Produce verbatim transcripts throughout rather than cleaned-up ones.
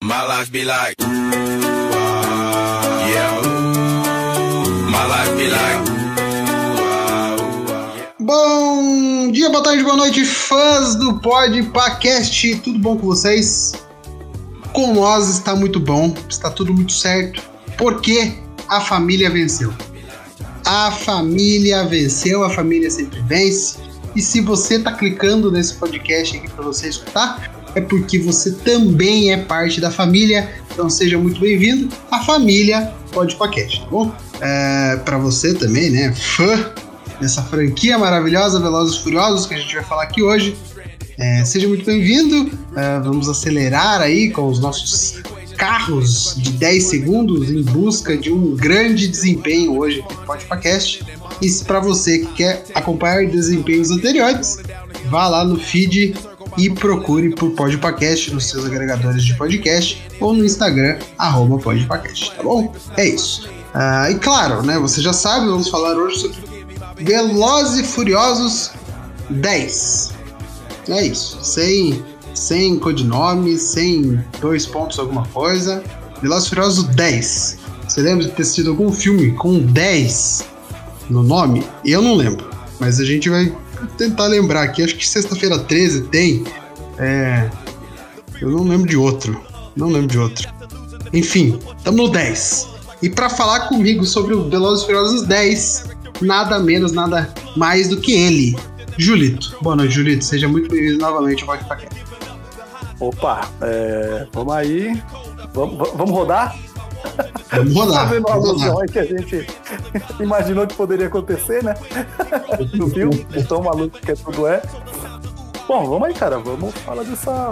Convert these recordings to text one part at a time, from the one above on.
My life be like, ooh, ah, yeah, ooh, my life be like, ooh, ah, ooh, ah, yeah. Bom dia, boa tarde, boa noite, fãs do Podpacast, tudo bom com vocês? Com nós está muito bom, está tudo muito certo, porque a família venceu. A família venceu, a família sempre vence. E se você está clicando nesse podcast aqui para você escutar, é porque você também é parte da família. Então seja muito bem-vindo à família Podpacast, tá bom? É, para você também, né, fã dessa franquia maravilhosa, Velozes e Furiosos, que a gente vai falar aqui hoje. É, seja muito bem-vindo. É, vamos acelerar aí com os nossos carros de dez segundos em busca de um grande desempenho hoje no Podpacast. E se para você que quer acompanhar desempenhos anteriores, vá lá no feed e procure por Podpacast nos seus agregadores de podcast ou no Instagram, arroba Podpacast, tá bom? É isso. Ah, e claro, né, você já sabe, vamos falar hoje sobre Velozes e Furiosos dez. É isso, sem, sem codinome, sem dois pontos alguma coisa. Velozes e Furiosos dez. Você lembra de ter assistido algum filme com dez no nome? Eu não lembro, mas a gente vai tentar lembrar aqui. Acho que sexta-feira treze tem. É, eu não lembro de outro. Não lembro de outro. Enfim, estamos no dez. E para falar comigo sobre o Velozes e Furiosos dez, nada menos, nada mais do que ele, Julito. Boa noite, Julito. Seja muito bem-vindo novamente ao Podpacast. Opa, é, vamos aí. Vamos, vamos rodar? Vamos rodar. Tá vendo uma vamos alusão rodar. aí que a gente imaginou que poderia acontecer, né? No filme, de tão maluco que tudo é. Bom, vamos aí, cara. Vamos falar dessa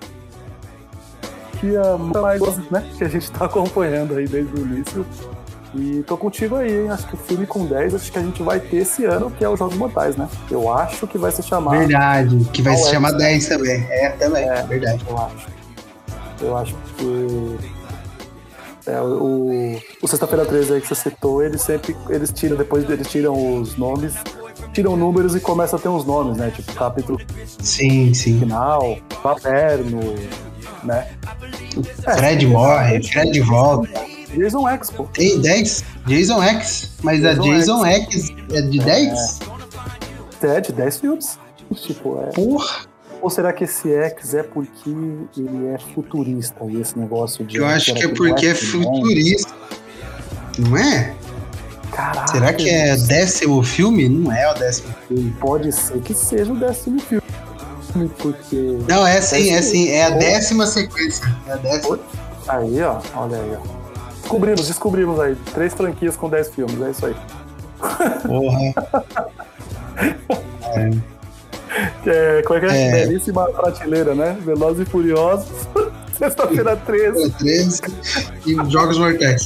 que é mais, né, que a gente tá acompanhando aí desde o início. E tô contigo aí, hein? Acho que o filme com dez, acho que a gente vai ter esse ano, que é os Jogos Mortais, né? Eu acho que vai se chamar... Verdade, que vai Qual se é? chamar dez também. É, também, É, verdade. Eu acho. Eu acho que... É, o, o Sexta-feira treze aí que você citou, eles sempre... Eles tiram, depois eles tiram os nomes, tiram números e começam a ter uns nomes, né? Tipo, capítulo Sim, sim. final, paterno, né? Fred É, morre, Fred volta. Jason X, pô. Tem dez? Jason X. Mas a Jason Jason X é de dez? É de dez filmes. Tipo, é... Porra! Ou será que esse X é porque ele é futurista e esse negócio de... Eu acho que é porque é futurista. Não é? Caraca. Será que é décimo filme? Não é o décimo filme. Pode ser que seja o décimo filme. Porque... Não, é sim, é sim. É a décima sequência. É a décima. Aí, ó. Olha aí, ó. Descobrimos, descobrimos aí. Três franquias com dez filmes. É isso aí. Porra. É. É, como é que é? É. Belíssima prateleira, né? Velozes e Furiosos. Sexta-feira treze. treze e Jogos Mortais.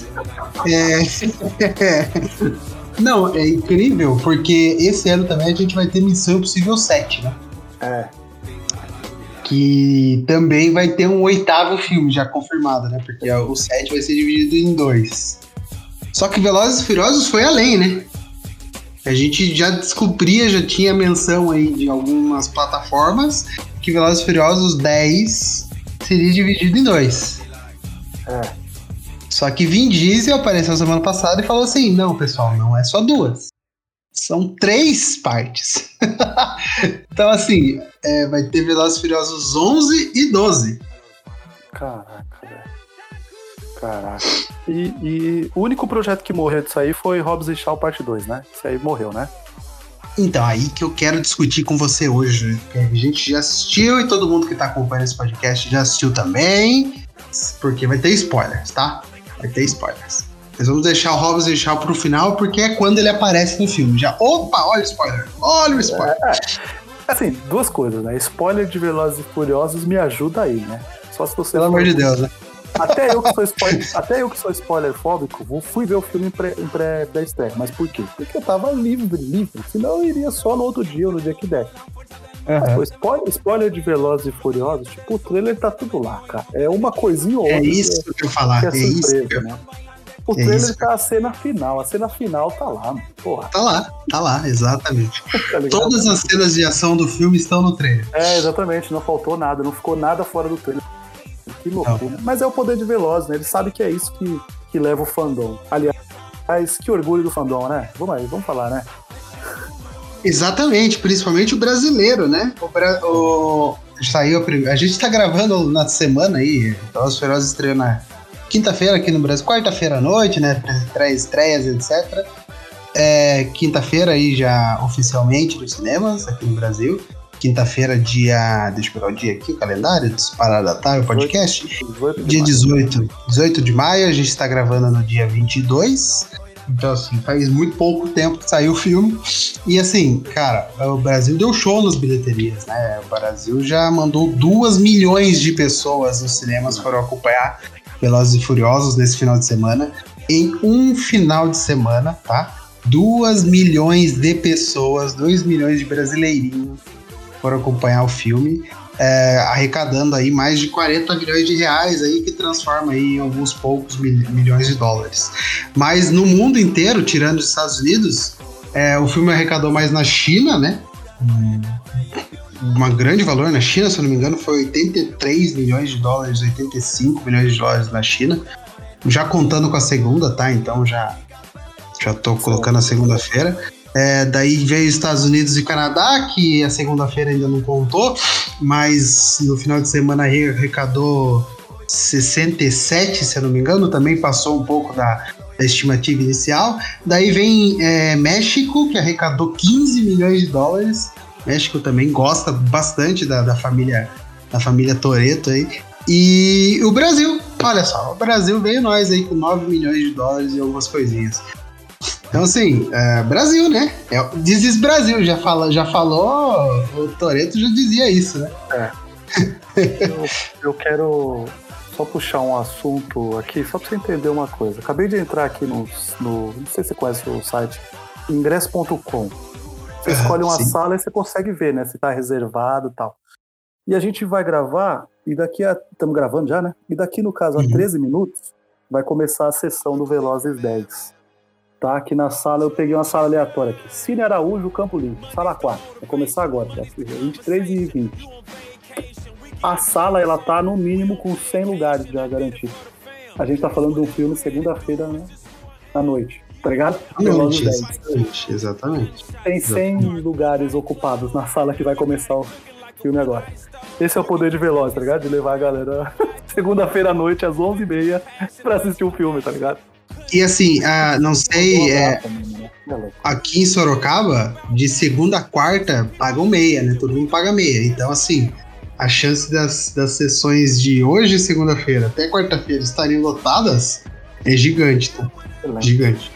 É... Não, é incrível, porque esse ano também a gente vai ter Missão Impossível sete, né? É. Que também vai ter um oitavo filme já confirmado, né? Porque o sete vai ser dividido em dois. Só que Velozes e Furiosos foi além, né? A gente já descobria, já tinha menção aí de algumas plataformas que Velozes e Furiosos dez seria dividido em dois. É. Só que Vin Diesel apareceu semana passada e falou assim, não, pessoal, não é só duas. São três partes. Então, assim, é, vai ter Velozes e Furiosos onze e doze. Caraca, velho. Caraca. E, e o único projeto que morreu disso aí foi Hobbs e Shaw parte dois, né? Isso aí morreu, né? Então, aí que eu quero discutir com você hoje. Porque a gente já assistiu e todo mundo que tá acompanhando esse podcast já assistiu também. Porque vai ter spoilers, tá? Vai ter spoilers. Mas vamos deixar o Hobbs e Shaw pro final, porque é quando ele aparece no filme. Já, opa, olha o spoiler. Olha o spoiler. É, é. Assim, duas coisas, né? Spoiler de Velozes e Furiosos me ajuda aí, né? Só se você... Pelo amor de Deus, né? Até eu que sou spoiler, até eu que sou spoiler fóbico, vou, fui ver o filme em pré, em pré, pré-estreia. Mas por quê? Porque eu tava livre, livre. Senão eu iria só no outro dia ou no dia que der. Uhum. Mas, pô, spoiler, spoiler de Velozes e Furiosos, tipo, o trailer tá tudo lá, cara. É uma coisinha ou outra. É isso que, é, que eu ia falar. Que é, é surpresa, isso que eu... né? O é trailer isso. tá a cena final. A cena final tá lá, mano. Porra. Tá lá, tá lá, exatamente. Tá ligado? Todas as cenas de ação do filme estão no trailer. É, exatamente. Não faltou nada. Não ficou nada fora do trailer. Que loucura. Não. Mas é o poder de Veloz, né? Ele sabe que é isso que, que leva o fandom. Aliás, que orgulho do fandom, né? Vamos aí, vamos falar, né? Exatamente, principalmente o brasileiro, né? O, bra... o... Saiu a... a gente tá gravando na semana aí, Velozes e Furiosos estreou na quinta-feira aqui no Brasil, quarta-feira à noite, né? Pré-estreias, etcétera. É, quinta-feira aí já oficialmente nos cinemas aqui no Brasil. Quinta-feira, dia... Deixa eu pegar o dia aqui, o calendário, disparado da tarde, o podcast. Dia dezoito, dezoito de maio, a gente está gravando no dia vinte e dois. Então, assim, faz muito pouco tempo que saiu o filme. E, assim, cara, o Brasil deu show nas bilheterias, né? O Brasil já mandou duas milhões de pessoas nos cinemas para acompanhar Velozes e Furiosos nesse final de semana. Em um final de semana, tá? duas milhões de pessoas, dois milhões de brasileirinhos foram acompanhar o filme, é, arrecadando aí mais de quarenta milhões de reais aí, que transforma aí em alguns poucos mil, milhões de dólares. Mas no mundo inteiro, tirando os Estados Unidos, é, o filme arrecadou mais na China, né? Um, um grande valor na China, se eu não me engano, foi oitenta e três milhões de dólares, oitenta e cinco milhões de dólares na China, já contando com a segunda, tá? Então já, já tô colocando a segunda-feira. É, daí veio Estados Unidos e Canadá, que a segunda-feira ainda não contou, mas no final de semana arrecadou sessenta e sete, se eu não me engano, também passou um pouco da, da estimativa inicial. Daí vem é, México, que arrecadou quinze milhões de dólares. México também gosta bastante da, da família da família Toretto aí. E o Brasil, olha só, o Brasil veio nós aí com nove milhões de dólares e algumas coisinhas. Então, assim, é, Brasil, né? É, This is Brasil, já, fala, já falou, o Toretto já dizia isso, né? É. eu, eu quero só puxar um assunto aqui, só pra você entender uma coisa. Acabei de entrar aqui no, no não sei se você conhece o site, ingresso ponto com. Você escolhe uma Sim. sala e você consegue ver, né? Se tá reservado e tal. E a gente vai gravar, e daqui a... Estamos gravando já, né? E daqui, no caso, a uhum. treze minutos, vai começar a sessão do Velozes dez. Tá, aqui na sala, eu peguei uma sala aleatória aqui. Cine Araújo, Campo Limpo, sala quatro. Vai começar agora, tá? vinte e três e vinte. A sala, ela tá no mínimo com cem lugares já garantidos. A gente tá falando de um filme segunda-feira, né, à noite, tá ligado? À noite, exatamente, exatamente. Tem cem exatamente. Lugares ocupados na sala que vai começar o filme agora. Esse é o poder de Veloz, tá ligado? De levar a galera segunda-feira à noite, às onze e meia, pra assistir o filme, tá ligado? E assim, ah, não sei, é, aqui em Sorocaba, de segunda a quarta, pagam meia, né? Todo mundo paga meia. Então, assim, a chance das, das sessões de hoje, segunda-feira, até quarta-feira estarem lotadas é gigante, tá? Gigante.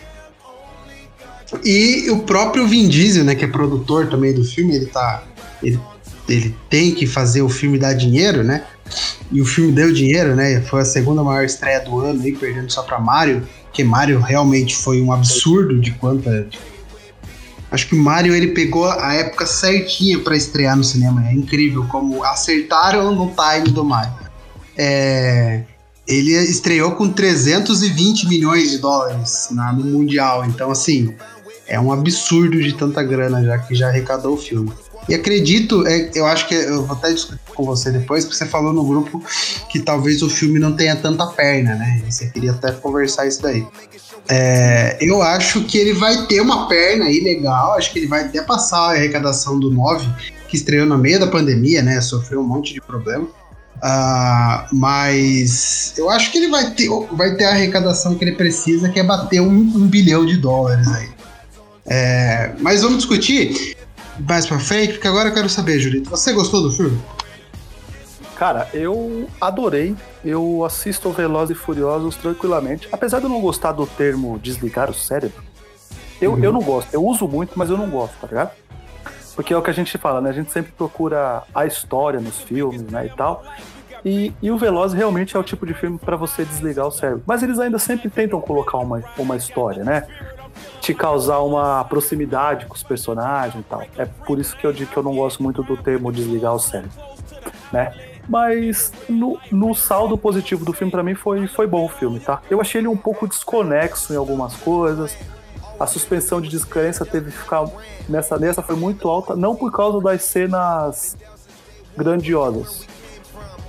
E o próprio Vin Diesel, né, que é produtor também do filme, ele tá... Ele, ele tem que fazer o filme dar dinheiro, né? E o filme deu dinheiro, né? Foi a segunda maior estreia do ano, aí, perdendo só pra Mario. Porque Mario realmente foi um absurdo de quanta... Acho que o Mario, ele pegou a época certinha pra estrear no cinema. É incrível como acertaram no time do Mario. É... Ele estreou com trezentos e vinte milhões de dólares na, no Mundial. Então, assim, é um absurdo de tanta grana já que já arrecadou o filme. E acredito, é, eu acho que eu vou até discutir com você depois, porque você falou no grupo que talvez o filme não tenha tanta perna, né? Você queria até conversar isso daí. É, eu acho que ele vai ter uma perna aí legal, acho que ele vai até passar a arrecadação do nove, que estreou no meio da pandemia, né? Sofreu um monte de problema. Uh, mas eu acho que ele vai ter, vai ter a arrecadação que ele precisa, que é bater um, um bilhão de dólares aí. É, mas vamos discutir mais pra frente, porque agora eu quero saber, Julito, você gostou do filme? Cara, eu adorei. Eu assisto Velozes e Furiosos tranquilamente. Apesar de eu não gostar do termo desligar o cérebro, eu, uhum. eu não gosto. Eu uso muito, mas eu não gosto, tá ligado? Porque é o que a gente fala, né? A gente sempre procura a história nos filmes, né, e tal. E, e o Velozes realmente é o tipo de filme pra você desligar o cérebro. Mas eles ainda sempre tentam colocar uma, uma história, né? Te causar uma proximidade com os personagens e tal. É por isso que eu digo que eu não gosto muito do termo desligar o cérebro, né? Mas no, no saldo positivo do filme, pra mim, foi, foi bom o filme, tá? Eu achei ele um pouco desconexo em algumas coisas. A suspensão de descrença teve que ficar... Nessa, nessa foi muito alta, não por causa das cenas grandiosas,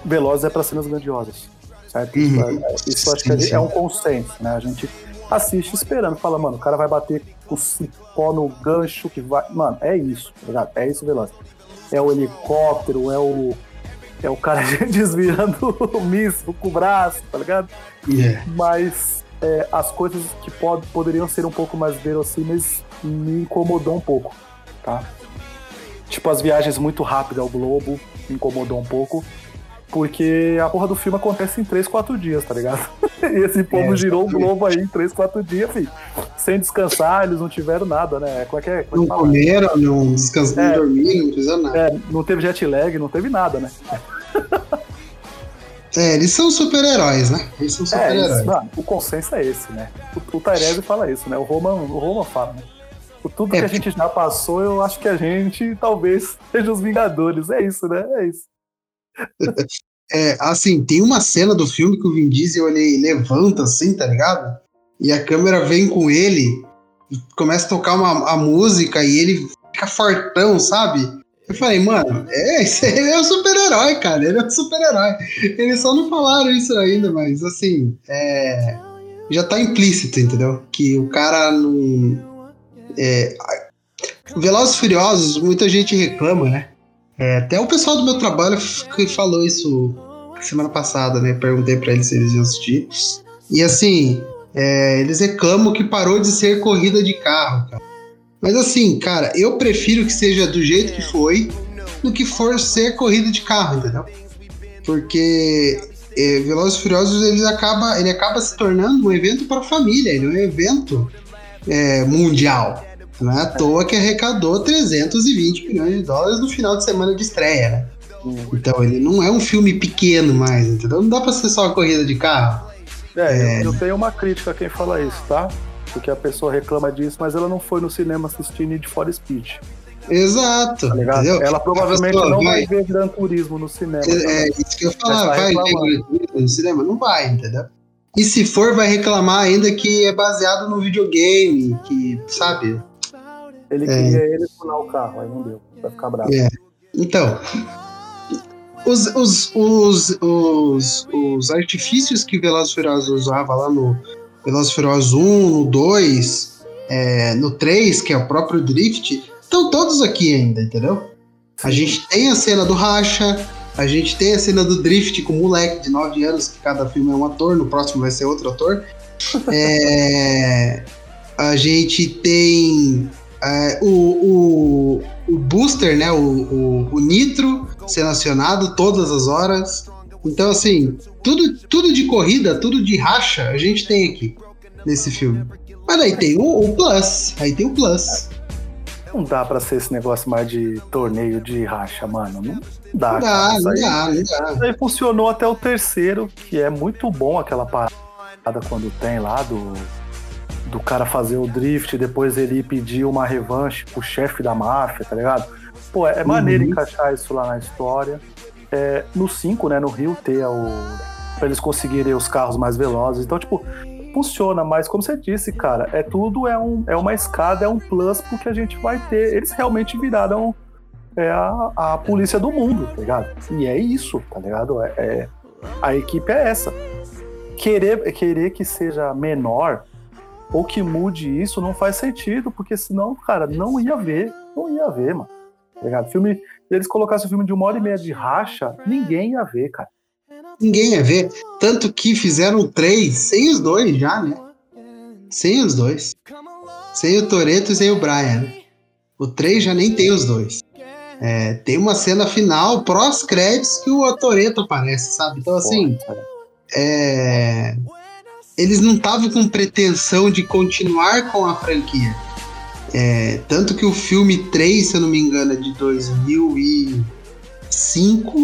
Velozes é pra cenas grandiosas, certo? Uhum. Isso eu acho que sim, é um consenso, né? A gente assiste esperando, fala, mano, o cara vai bater com o cipó no gancho que vai... Mano, é isso, tá ligado? É isso, Velozes. É o helicóptero, é o... É o cara desviando o míssil com o braço, tá ligado? Yeah. Mas é, as coisas que pod- poderiam ser um pouco mais verossímeis me incomodou um pouco, tá? Tipo, as viagens muito rápidas ao globo me incomodou um pouco, porque a porra do filme acontece em três, quatro dias, tá ligado? E esse povo é, girou o globo aí em três, quatro dias, filho. Sem descansar, eles não tiveram nada, né? Como é que é? Como é que não comeram, não descansaram, é, não dormiram, não fizeram nada. É, não teve jet lag, não teve nada, né? É, eles são super-heróis, né? Eles são super-heróis. É, mano, o consenso é esse, né? O, o Tyrese fala isso, né? O Roman, o Roman fala, né? Por tudo é, que a gente já passou, eu acho que a gente talvez seja os Vingadores. É isso, né? É isso. É, assim, tem uma cena do filme que o Vin Diesel ele levanta assim, tá ligado? E a câmera vem com ele, começa a tocar uma a música e ele fica fortão, sabe? Eu falei, mano, é, ele é um super-herói, cara, ele é um super-herói. Eles só não falaram isso ainda, mas assim, é, já tá implícito, entendeu? Que o cara não... É, Velozes e Furiosos, muita gente reclama, né? É, até o pessoal do meu trabalho que falou isso semana passada, né? Perguntei pra eles se eles iam assistir. E assim, é, eles reclamam que parou de ser corrida de carro, cara. Mas assim, cara, eu prefiro que seja do jeito que foi do que for ser corrida de carro, entendeu? Porque é, Velozes e Furiosos ele acaba, ele acaba se tornando um evento para a família, ele é um evento é, mundial. Não é à toa que arrecadou trezentos e vinte milhões de dólares no final de semana de estreia, né? Uhum. Então ele não é um filme pequeno mais, entendeu? Não dá pra ser só uma corrida de carro. É, é... Eu, eu tenho uma crítica a quem fala isso, tá? Porque a pessoa reclama disso, mas ela não foi no cinema assistir Need for Speed. Exato. Tá ligado? Ela provavelmente não vai... vai ver Gran Turismo no cinema. É, é isso que eu ia falar, vai, vai ver Gran Turismo no cinema? Não vai, entendeu? E se for, vai reclamar ainda que é baseado no videogame, que, sabe... Ele queria é. ele tunar o carro, aí não deu, vai ficar bravo. É. Então, os, os, os, os, os artifícios que Velozes e Furiosos usava lá no Velozes e Furiosos um, no dois, é, no três, que é o próprio Drift, estão todos aqui ainda, entendeu? Sim. A gente tem a cena do racha, a gente tem a cena do Drift com o moleque de nove anos, que cada filme é um ator, no próximo vai ser outro ator. é, a gente tem... Uh, o, o, o Booster, né, o, o, o Nitro sendo acionado todas as horas. Então, assim, tudo, tudo de corrida, tudo de racha, a gente tem aqui nesse filme. Mas aí tem o, o Plus, aí tem o Plus. Não dá pra ser esse negócio mais de torneio de racha, mano. Não dá, Não dá, não aí, dá, não dá. Isso aí funcionou até o terceiro, que é muito bom aquela parada quando tem lá do... do cara fazer o drift, depois ele pedir uma revanche pro chefe da máfia, tá ligado? Pô, é, é maneiro uhum. encaixar isso lá na história. É, no cinco, né, no Rio, ter o... pra eles conseguirem os carros mais velozes. Então, tipo, funciona, mas como você disse, cara, é tudo, é, um, é uma escada, é um plus porque a gente vai ter... Eles realmente viraram é, a, a polícia do mundo, tá ligado? E é isso, tá ligado? É, é, a equipe é essa. Querer, querer que seja menor... ou que mude isso não faz sentido, porque senão, cara, não ia ver, não ia ver, mano. Tá ligado? Filme, se eles colocassem o filme de uma hora e meia de racha, ninguém ia ver, cara. Ninguém ia ver. Tanto que fizeram três sem os dois já, né? Sem os dois. Sem o Toretto e sem o Brian. O três já nem tem os dois. É, tem uma cena final, pós-créditos, que o Toretto aparece, sabe? Então, assim, é... eles não estavam com pretensão de continuar com a franquia. É, tanto que o filme três, se eu não me engano, é de dois mil e cinco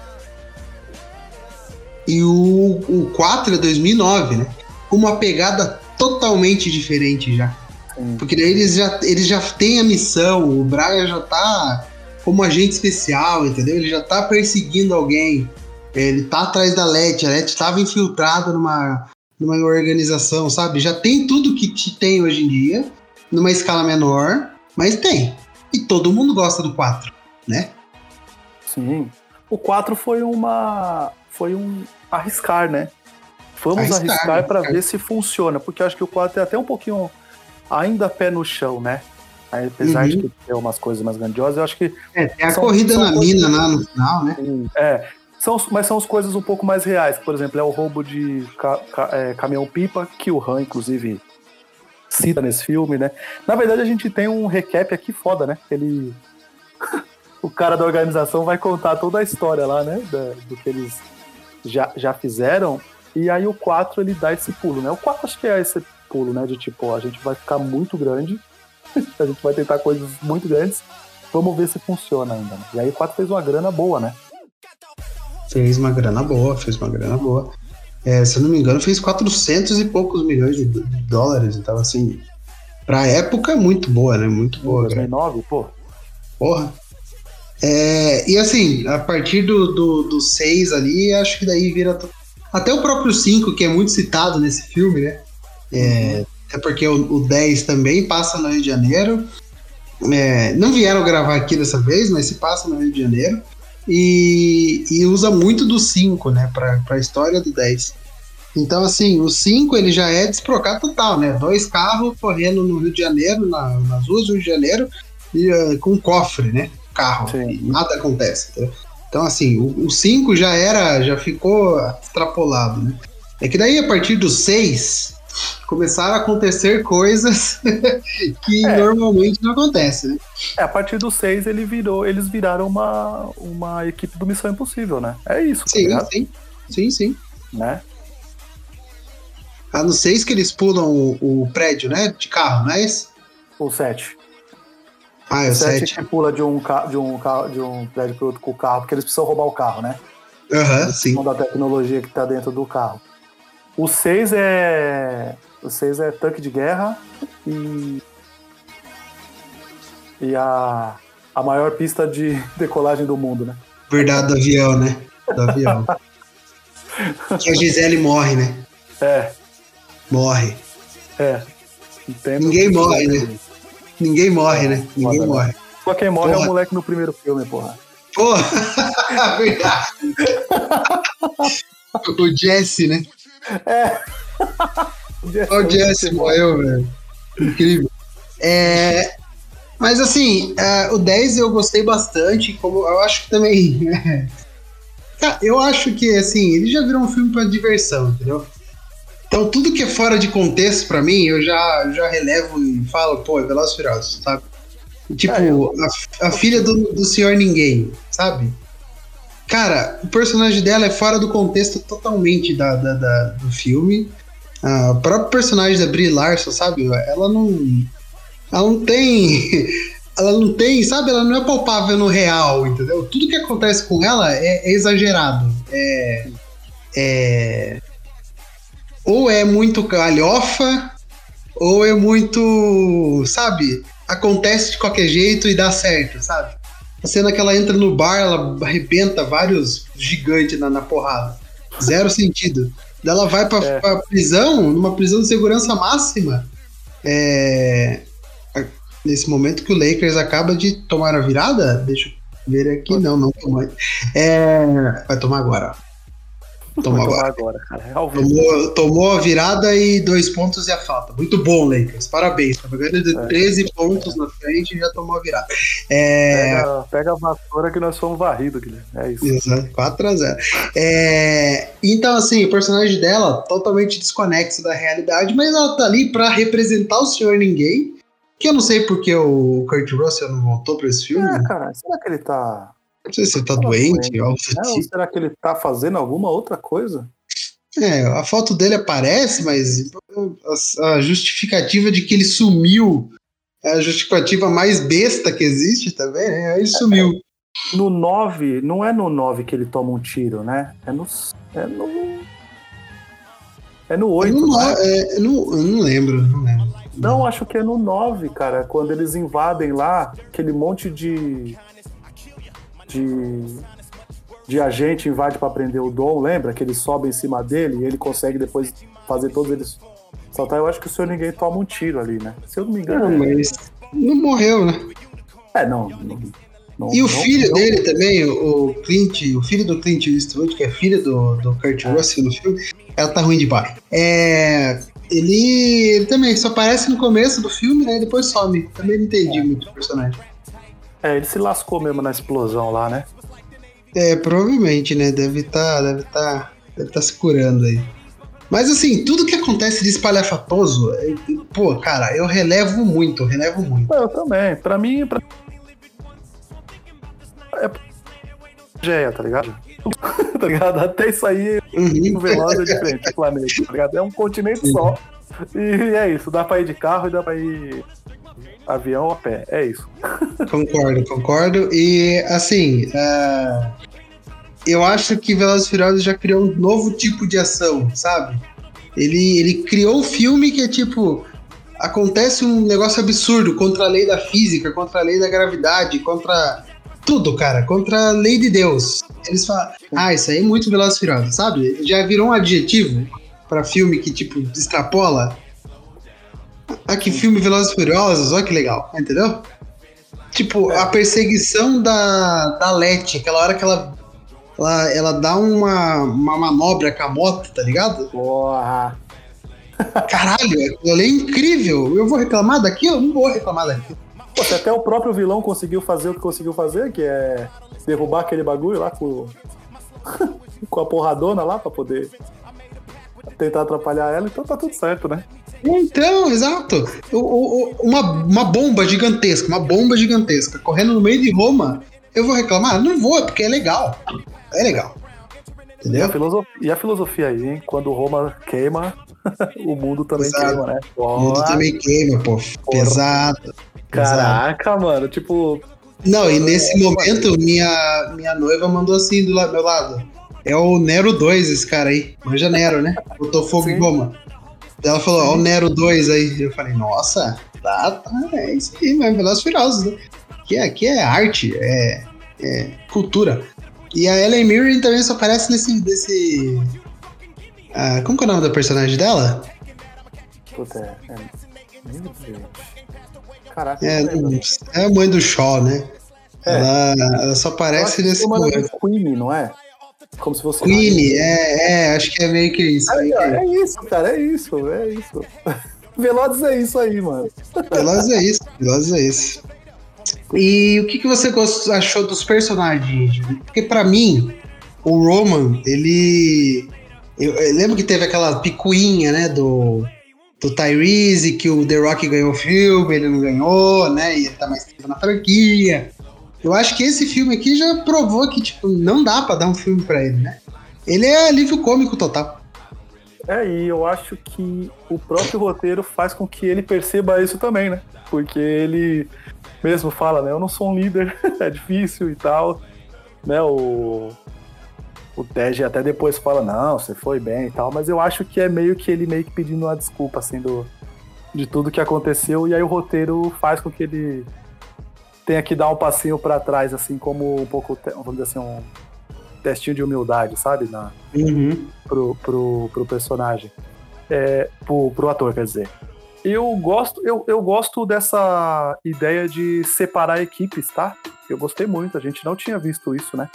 e o, o quatro é dois mil e nove, né? Com uma pegada totalmente diferente já. Sim. Porque daí eles já, eles já têm a missão, o Brian já tá como agente especial, entendeu? Ele já tá perseguindo alguém, ele tá atrás da Letty, a Letty estava infiltrada numa... numa organização, sabe? Já tem tudo que te tem hoje em dia, numa escala menor, mas tem. E todo mundo gosta do quatro, né? Sim. O quatro foi uma... Foi um arriscar, né? Vamos Arriscar, arriscar pra arriscar. ver se funciona. Porque eu acho que o quatro é até um pouquinho ainda pé no chão, né? Aí, apesar Uhum. de que ter umas coisas mais grandiosas, eu acho que... É, tem a São- corrida são na coisas- mina lá no final, né? É, são, mas são as coisas um pouco mais reais. Por exemplo, é o roubo de ca- ca- é, caminhão-pipa, que o Han, inclusive, cita nesse filme, né? Na verdade, a gente tem um recap aqui foda, né? Ele... o cara da organização vai contar toda a história lá, né? Da- do que eles já, já fizeram. E aí o quatro, ele dá esse pulo, né? O quatro acho que é esse pulo, né? De tipo, ó, a gente vai ficar muito grande, a gente vai tentar coisas muito grandes, vamos ver se funciona ainda, né? E aí o quatro fez uma grana boa, né? Fez uma grana boa, fez uma grana boa. É, se eu não me engano, fez quatrocentos e poucos milhões de dó- de dólares. Então, assim, pra época, muito boa, né? Muito Em boa, dois mil e cara. nove, pô. Porra. É, e assim, a partir do, do, do seis ali, acho que daí vira. to- Até o próprio cinco, que é muito citado nesse filme, né? É, até porque o, o dez também passa no Rio de Janeiro. É, não vieram gravar aqui dessa vez, mas se passa no Rio de Janeiro. E, e usa muito do cinco, né? Pra, pra história do dez. Então, assim, o cinco ele já é desprocado total, né? Dois carros correndo no Rio de Janeiro, na- nas ruas do Rio de Janeiro, e uh, com um cofre, né? Carro. Sim. E nada acontece. Entendeu? Então, assim, o cinco já era, já ficou extrapolado, né? É que daí, a partir do seis, começaram a acontecer coisas que É. normalmente não acontecem, né? É, a partir do seis ele virou, eles viraram uma, uma equipe do Missão Impossível, né? É isso, tá Sim, ligado? sim. Sim, sim. Né? Ah, no seis que eles pulam o, o prédio, né? De carro, não é esse? O sete. Ah, é O o sete sete. que pula de um, ca- de, um, ca- de um prédio pro outro com o carro, porque eles precisam roubar o carro, né? Aham, Eles sim. precisam da tecnologia que tá dentro do carro. O seis é. O seis é tanque de guerra e. E a. A maior pista de decolagem do mundo, né? Verdade do avião, né? Do avião. Que a Gisele morre, né? É, Morre. é. Entendo Ninguém que morre, isso é- né? Ninguém morre, né? Ninguém foda, né? morre. Só quem morre é Porra. o moleque no primeiro filme, porra. Porra! Verdade. O Jesse, né? Olha o Jesse morreu, velho. Incrível. É, mas assim, é, o dez eu gostei bastante. Como eu acho que também. Cara, eu acho que assim, ele já virou um filme pra diversão, entendeu? Então tudo que é fora de contexto pra mim, eu já, já relevo e falo, pô, é Velozes e Furiosos, sabe? Tipo, É, eu- a, a filha do, do senhor Ninguém, sabe? Cara, o personagem dela é fora do contexto totalmente da, da- da- do filme. Ah, o próprio personagem da Brie Larson, sabe? Ela não. Ela não tem. Ela não tem, sabe? Ela não é palpável no real, entendeu? Tudo que acontece com ela é, é exagerado. É. É. Ou é muito galhofa, ou é muito. Sabe? Acontece de qualquer jeito e dá certo, sabe? A cena que ela entra no bar, ela arrebenta vários gigantes na, na porrada. Zero sentido. Daí ela vai pra, É. pra prisão, numa prisão de segurança máxima. É, a- nesse momento que o Lakers acaba de tomar a virada, deixa eu ver aqui. Não, não tomou. É, vai tomar agora. ó. Tomou Vou tomar agora. agora, cara. É ao vivo. Tomou, tomou a virada e dois pontos e a falta. Muito bom, Lakers. Parabéns. Tá ganhando de É. treze pontos na frente e já tomou a virada. É, Pega, pega a vassoura que nós fomos varridos, Guilherme. É isso. Exato, quatro a zero. É, então, assim, o personagem dela totalmente desconexo da realidade, mas ela tá ali pra representar o senhor Ninguém, que eu não sei porque o Kurt Russell não voltou pra esse filme. É, cara, será que ele tá. Não sei se ele tá Tá doente doente, ou algo do né? Ou tipo. será que ele tá fazendo alguma outra coisa? É, a foto dele aparece, mas a, a justificativa de que ele sumiu é a justificativa mais besta que existe também, né? Aí ele sumiu. No nove, não é no nove que ele toma um tiro, né? É no. É no. É no Eu oito, não, não é? é, eu não, eu não lembro, não lembro. Não, acho que é no nove, cara. Quando eles invadem lá, aquele monte de. De. De agente invade pra prender o Dom, lembra? Que ele sobe em cima dele e ele consegue depois fazer todos eles saltar. Eu acho que o senhor Ninguém toma um tiro ali, né? Se eu não me engano. Não, é- mas não morreu, né? É, não. não- Não, e o não, filho não, dele também, o Clint, o filho do Clint Eastwood, que é filho do, do Kurt Russell no filme, ela tá ruim de bar. É, ele, ele também só aparece no começo do filme, né? E depois some. Também não entendi É. muito o personagem. É, ele se lascou mesmo na explosão lá, né? É, provavelmente, né? Deve estar, deve tá, deve tá se curando aí. Mas assim, tudo que acontece de espalhafatoso, é, pô, cara, eu relevo muito, eu relevo muito. Eu também. Pra mim, pra... é Geia, tá ligado? Tá ligado? Até isso aí, Uhum. o Veloz é diferente, o planeta, tá ligado? É um continente Sim. só. E é isso, dá pra ir de carro e dá pra ir avião ou a pé, é isso. Concordo, concordo. E assim, uh, eu acho que Velozes e Furiosos já criou um novo tipo de ação, sabe? Ele, ele criou um filme que é tipo, acontece um negócio absurdo contra a lei da física, contra a lei da gravidade, contra tudo, cara, contra a lei de Deus. Eles falam, ah, isso aí é muito Velozes e Furiosos, sabe? Já virou um adjetivo pra filme que, tipo, extrapola. Ah, que filme Velozes e Furiosos, olha que legal, entendeu? Tipo, a perseguição da, da Letty, aquela hora que ela, ela, ela dá uma, uma manobra com a moto, tá ligado? Porra! Caralho, aquilo ali é incrível. Eu vou reclamar daquilo? Não vou reclamar daquilo. Pô, se até o próprio vilão conseguiu fazer o que conseguiu fazer, que é derrubar aquele bagulho lá com, com a porradona lá pra poder tentar atrapalhar ela, então tá tudo certo, né? Então, exato. O, o, uma, uma bomba gigantesca, uma bomba gigantesca correndo no meio de Roma, eu vou reclamar? Não vou, porque é legal. É legal. E Entendeu? a, filosofia, e a filosofia aí, hein? Quando Roma queima, o mundo também Exato. queima, né? O mundo Porra. também queima, pô. Pesado. Caraca, mano, tipo... Não, e nesse momento, minha, minha noiva mandou assim do lado, meu lado. É o Nero dois esse cara aí. Manja Nero, né? Botou fogo Sim. em Roma. Ela falou, ó, o Nero dois aí. Eu falei, nossa, tá, tá, é isso aí mesmo, Velozes e Furiosos, né? Aqui é, aqui é arte, é, é cultura. E a Ellen Mirren também só aparece nesse... nesse ah, como que é o nome da personagem dela? Puta, é... é... Meu Deus. Caraca, É, eu não lembro. é a mãe do Shaw, né? É. Ela, ela só Eu acho aparece que nesse tem uma momento. Queen, não é? Como se fosse... Queen, é, é, acho que é meio que isso. Aí, meio ó, que- é isso, cara, é isso, é isso. Velozes é isso aí, mano. Velozes é isso, Velozes é isso. E o que, que você gost- achou dos personagens? Porque pra mim, o Roman, ele... Eu, eu lembro que teve aquela picuinha, né, do, do Tyrese, que o The Rock ganhou o filme, ele não ganhou, né, e ele tá mais tempo na franquia. Eu acho que esse filme aqui já provou que, tipo, não dá pra dar um filme pra ele, né? Ele é alívio cômico total. É, e eu acho que o próprio roteiro faz com que ele perceba isso também, né? Porque ele mesmo fala, né? Eu não sou um líder, é difícil e tal. Né? O, o Tej até depois fala, não, você foi bem e tal. Mas eu acho que é meio que ele meio que pedindo uma desculpa, assim, do, de tudo que aconteceu. E aí o roteiro faz com que ele tenha que dar um passinho pra trás, assim, como um pouco, vamos dizer assim, um testinho de humildade, sabe? Na, Uhum. pro, pro, pro personagem. É, pro, pro ator, quer dizer. Eu gosto, eu, eu gosto dessa ideia de separar equipes, tá? Eu gostei muito, a gente não tinha visto isso, né?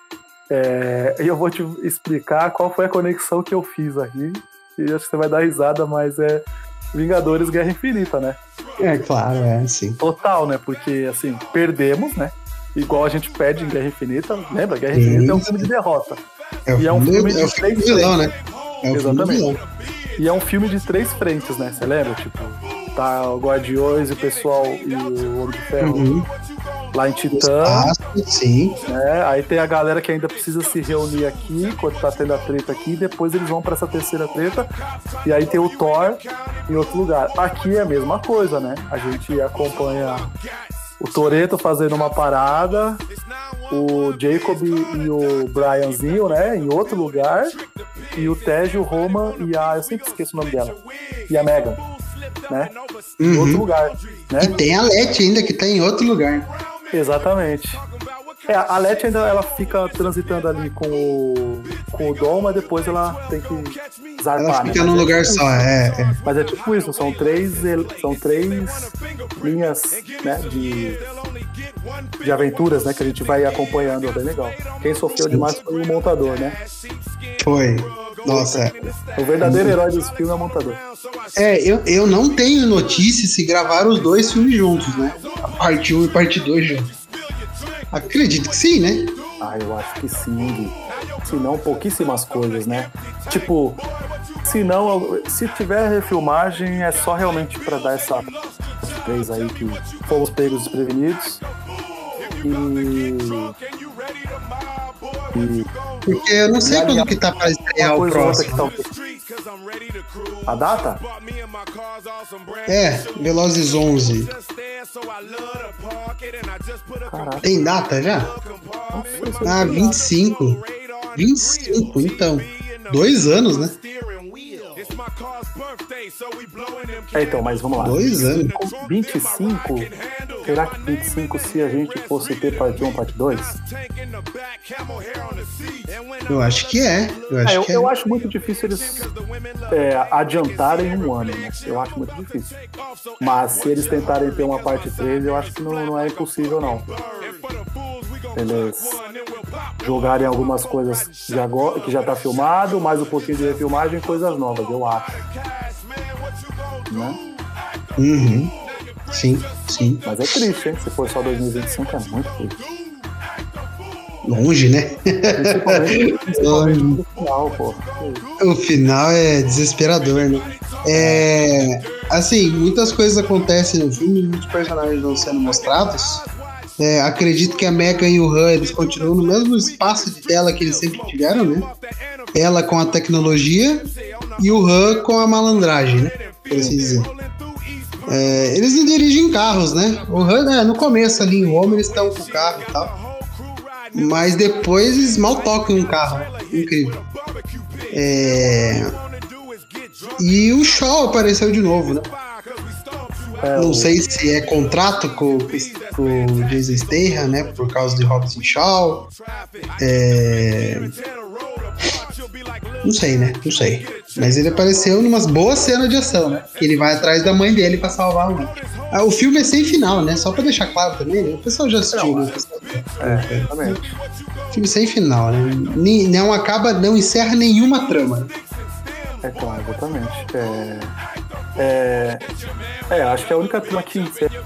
É, e eu vou te explicar qual foi a conexão que eu fiz aqui. E acho que você vai dar risada, mas é Vingadores Guerra Infinita, né? É claro, é, sim. Total, né? Porque, assim, perdemos, né? Igual a gente pede em Guerra Infinita. Lembra? Guerra Sim, Infinita é um sim. filme de derrota. É o E é um filme, filme é de o filme do três vilão, frentes. né? É o filme do Exatamente. vilão. E é um filme de três frentes, né? Você lembra? Tipo, tá o Guardiões e o pessoal e o Homem de Ferro Uhum. lá em Titã, Ah, sim. né? Aí tem a galera que ainda precisa se reunir aqui, quando tá tendo a treta aqui, e depois eles vão pra essa terceira treta, e aí tem o Thor em outro lugar. Aqui é a mesma coisa, né? A gente acompanha o Toretto fazendo uma parada, o Jacob e o Brianzinho, né? Em outro lugar, e o Tej, o Roma e a... eu sempre esqueço o nome dela. E a Megan, né? Em Uhum. outro lugar, né? E tem a Letty ainda, que tá em outro lugar. Exatamente. É, a Letty ainda ela fica transitando ali com o, com o Dom, mas depois ela tem que zarpar, Ela né? fica num Mas é lugar tipo só, isso. é, é. Mas é tipo isso, são três, el- são três linhas, né, de, de aventuras, né? Que a gente vai acompanhando, é bem legal. Quem sofreu demais foi o montador, né? Foi. Nossa, é. O verdadeiro herói desse filme é o montador. É, eu, eu não tenho notícia se gravaram os dois filmes juntos, né? A parte um e parte dois juntos. Acredito que sim, né? Ah, eu acho que sim, Gui. Se não, pouquíssimas coisas, né? Tipo, se não, se tiver refilmagem, é só realmente pra dar essa três aí que fomos pegos desprevenidos. E... e... Porque eu não sei e, quando que tá pra estrear o próximo. Tá... A data? É, Velozes onze. Caraca. Tem data já? Ah, vinte e cinco. vinte e cinco, então. Dois anos, né? É, então, mas vamos lá. Dois anos. vinte e cinco? Será que vinte e cinco se a gente fosse ter parte um, parte dois? Eu acho que é. Eu acho, é, eu, que é. eu acho muito difícil eles é, adiantarem um ano, né? Eu acho muito difícil. Mas se eles tentarem ter uma parte três, eu acho que não, não é impossível, não. Eles jogarem algumas coisas de agora, que já tá filmado, mais um pouquinho de refilmagem e coisas novas, eu acho. Né? Uhum. Sim, sim. Mas é triste, hein? Se for só dois mil e vinte e cinco, é muito triste. Longe, né? Principalmente, principalmente no final, pô. O final é desesperador, né? É... Assim, muitas coisas acontecem no filme, muitos personagens vão sendo mostrados. É, acredito que a Megan e o Han, eles continuam no mesmo espaço de tela que eles sempre tiveram, né? Ela com a tecnologia e o Han com a malandragem, né? Por assim dizer. É, eles não dirigem carros, né? O Han, é, no começo ali em Roma, eles estão com o carro e tal. Mas depois eles mal tocam um carro, né? Incrível. É... E o Shaw apareceu de novo, né? É, não o... sei se é contrato com, com o Jason Statham, né? Por causa de Hobbs e Shaw. É... Não sei, né? Não sei. Mas ele apareceu numas boas cenas de ação, né? Que ele vai atrás da mãe dele pra salvar o Rick. Ah, o filme é sem final, né? Só pra deixar claro também, né? O pessoal já assistiu, né? É, exatamente. Filme sem final, né? Não acaba, não encerra nenhuma trama. É claro, exatamente. É, é, é, acho que a única trama que encerra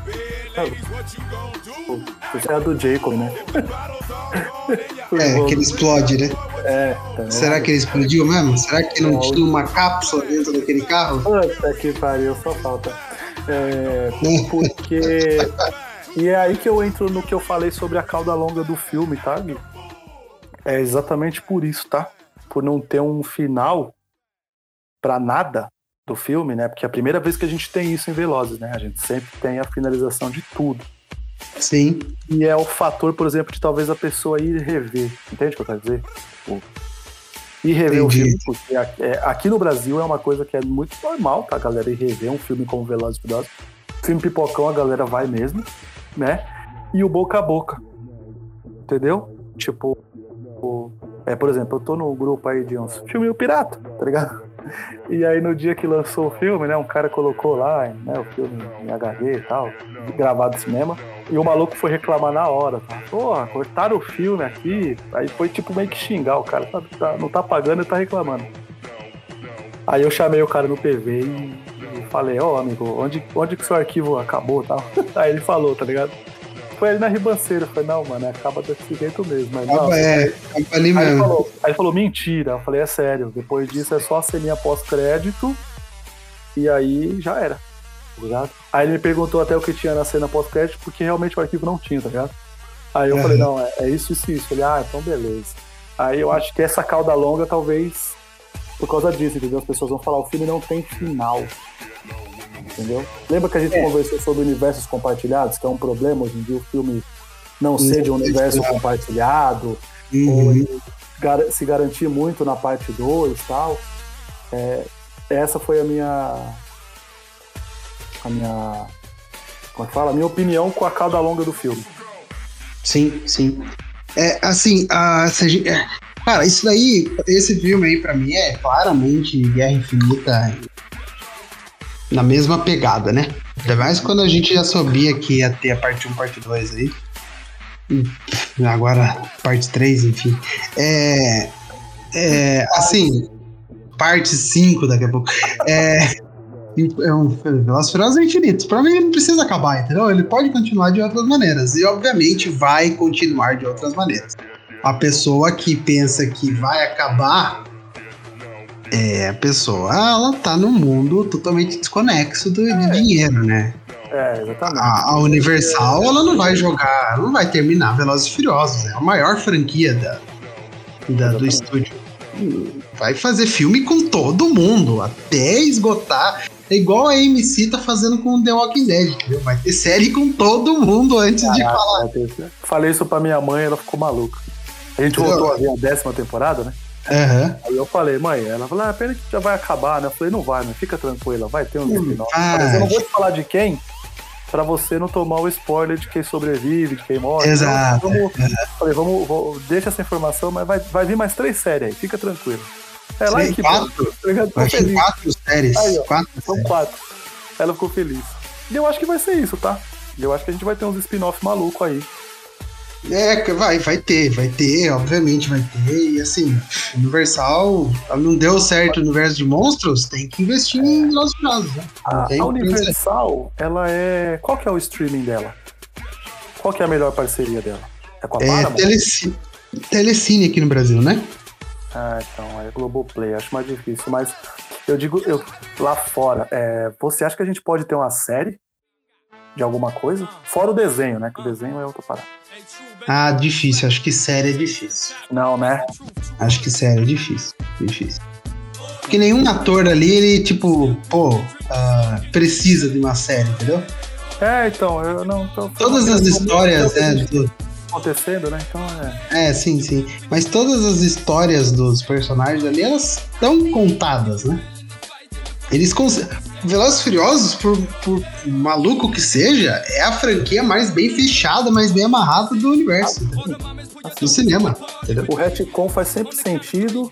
é a do Jacob, né? É, que ele explode, né? É, tá. Será que ele explodiu mesmo? Será que não tinha uma cápsula dentro daquele carro? Puta que pariu, só falta. É, porque... E é aí que eu entro no que eu falei sobre a cauda longa do filme, tá, Gui? É exatamente por isso, tá? Por não ter um final pra nada do filme, né? Porque é a primeira vez que a gente tem isso em Velozes, né? A gente sempre tem a finalização de tudo. Sim. E é o fator, por exemplo, de talvez a pessoa ir rever. Entende o que eu quero dizer? Pô. Ir rever Entendi. o filme, porque aqui no Brasil é uma coisa que é muito normal, tá, galera? Ir rever um filme como Velozes e Furiosos. Filme pipocão, a galera vai mesmo, né? E o boca a boca. Entendeu? Tipo, o, é, por exemplo, eu tô no grupo aí de uns filme pirata, tá ligado? E aí no dia que lançou o filme, né, um cara colocou lá, né, o filme em H D e tal, gravado no cinema, e o maluco foi reclamar na hora, tá? Porra, cortaram o filme aqui, aí foi tipo meio que xingar, o cara tá, tá, não tá pagando e tá reclamando. Aí eu chamei o cara no P V e, e falei, ó, oh, amigo, onde, onde que seu arquivo acabou e tal? Aí ele falou, tá ligado? Foi ali na ribanceira. Eu falei, não, mano, acaba desse jeito mesmo. Mas, não, ah, é, aí, ali aí, mesmo. Ele falou, aí ele falou, mentira. Eu falei, é sério. Depois disso é só a ceninha pós-crédito e aí já era. Tá ligado? Aí ele me perguntou até o que tinha na cena pós-crédito, porque realmente o arquivo não tinha, tá ligado? Aí eu uhum. falei, não, é, é isso, isso, isso. Ele, ah, então beleza. Aí eu acho que essa cauda longa, talvez, por causa disso, entendeu? As pessoas vão falar, o filme não tem final. Entendeu? Lembra que a gente é. conversou sobre universos compartilhados, que é um problema hoje em dia o filme não ser de um universo compartilhado, uhum. ou ele gar- se garantir muito na parte dois e tal. É, essa foi a minha a minha como é que fala? A minha opinião com a cauda longa do filme. Sim, sim. É, assim, a, se, é, cara, isso daí, esse filme aí pra mim é claramente Guerra Infinita na mesma pegada, né? Ainda mais quando a gente já sabia que ia ter a parte um, parte dois aí. Agora, parte três, enfim. É, é, assim, parte cinco daqui a pouco. É, é um Velozes e Furiosos infinitos. Pra mim, ele não precisa acabar, entendeu? Ele pode continuar de outras maneiras. E, obviamente, vai continuar de outras maneiras. A pessoa que pensa que vai acabar, é, a pessoa, ela tá num mundo totalmente desconexo do, de dinheiro, né? É, exatamente. A, a Universal, ela não vai jogar, ela não vai terminar Velozes e Furiosos. É a maior franquia da, da, do estúdio. Vai fazer filme com todo mundo, até esgotar. É igual a M C tá fazendo com The Walking Dead, entendeu? Vai ter série com todo mundo antes Caraca, de falar. Falei isso pra minha mãe, ela ficou maluca. A gente entendeu? Voltou a ver a décima temporada, né? Uhum. Aí eu falei, mãe, ela falou, ah, pena que já vai acabar, né? Eu falei, não vai, mas fica tranquila, vai ter um spin-off. Mas eu não vou te falar de quem, pra você não tomar o spoiler de quem sobrevive, de quem morre. Exato. Então, vamos, falei, vamos, vamos, deixa essa informação, mas vai, vai vir mais três séries aí, fica tranquilo. É lá que quatro, vai vir quatro séries. Aí, ó, quatro são séries. quatro. Ela ficou feliz. E eu acho que vai ser isso, tá? Eu acho que a gente vai ter uns spin-off maluco aí. É, vai, vai ter, vai ter, obviamente vai ter. E assim, Universal não deu certo o universo de monstros, tem que investir em Velozes e Furiosos, né? A, a Universal, ela é... Qual que é o streaming dela? Qual que é a melhor parceria dela? É com a Paramount? É Telecine, Telecine aqui no Brasil, né? Ah, então, é Globoplay, acho mais difícil. Mas eu digo, eu, lá fora, é, você acha que a gente pode ter uma série de alguma coisa? Fora o desenho, né? Que o desenho é outra parada. Ah, difícil. Acho que série é difícil. Não, né? Acho que série é difícil. Difícil. Porque nenhum ator ali, ele, tipo, pô, uh, precisa de uma série, entendeu? É, então, eu não... Tô, todas as histórias, né? Do... acontecendo, né? Então é... É, sim, sim. Mas todas as histórias dos personagens ali, elas estão contadas, né? Eles cons... Velozes e Furiosos, por, por maluco que seja, é a franquia mais bem fechada, mais bem amarrada do universo. Assim, do cinema. Entendeu? O retcon faz sempre sentido.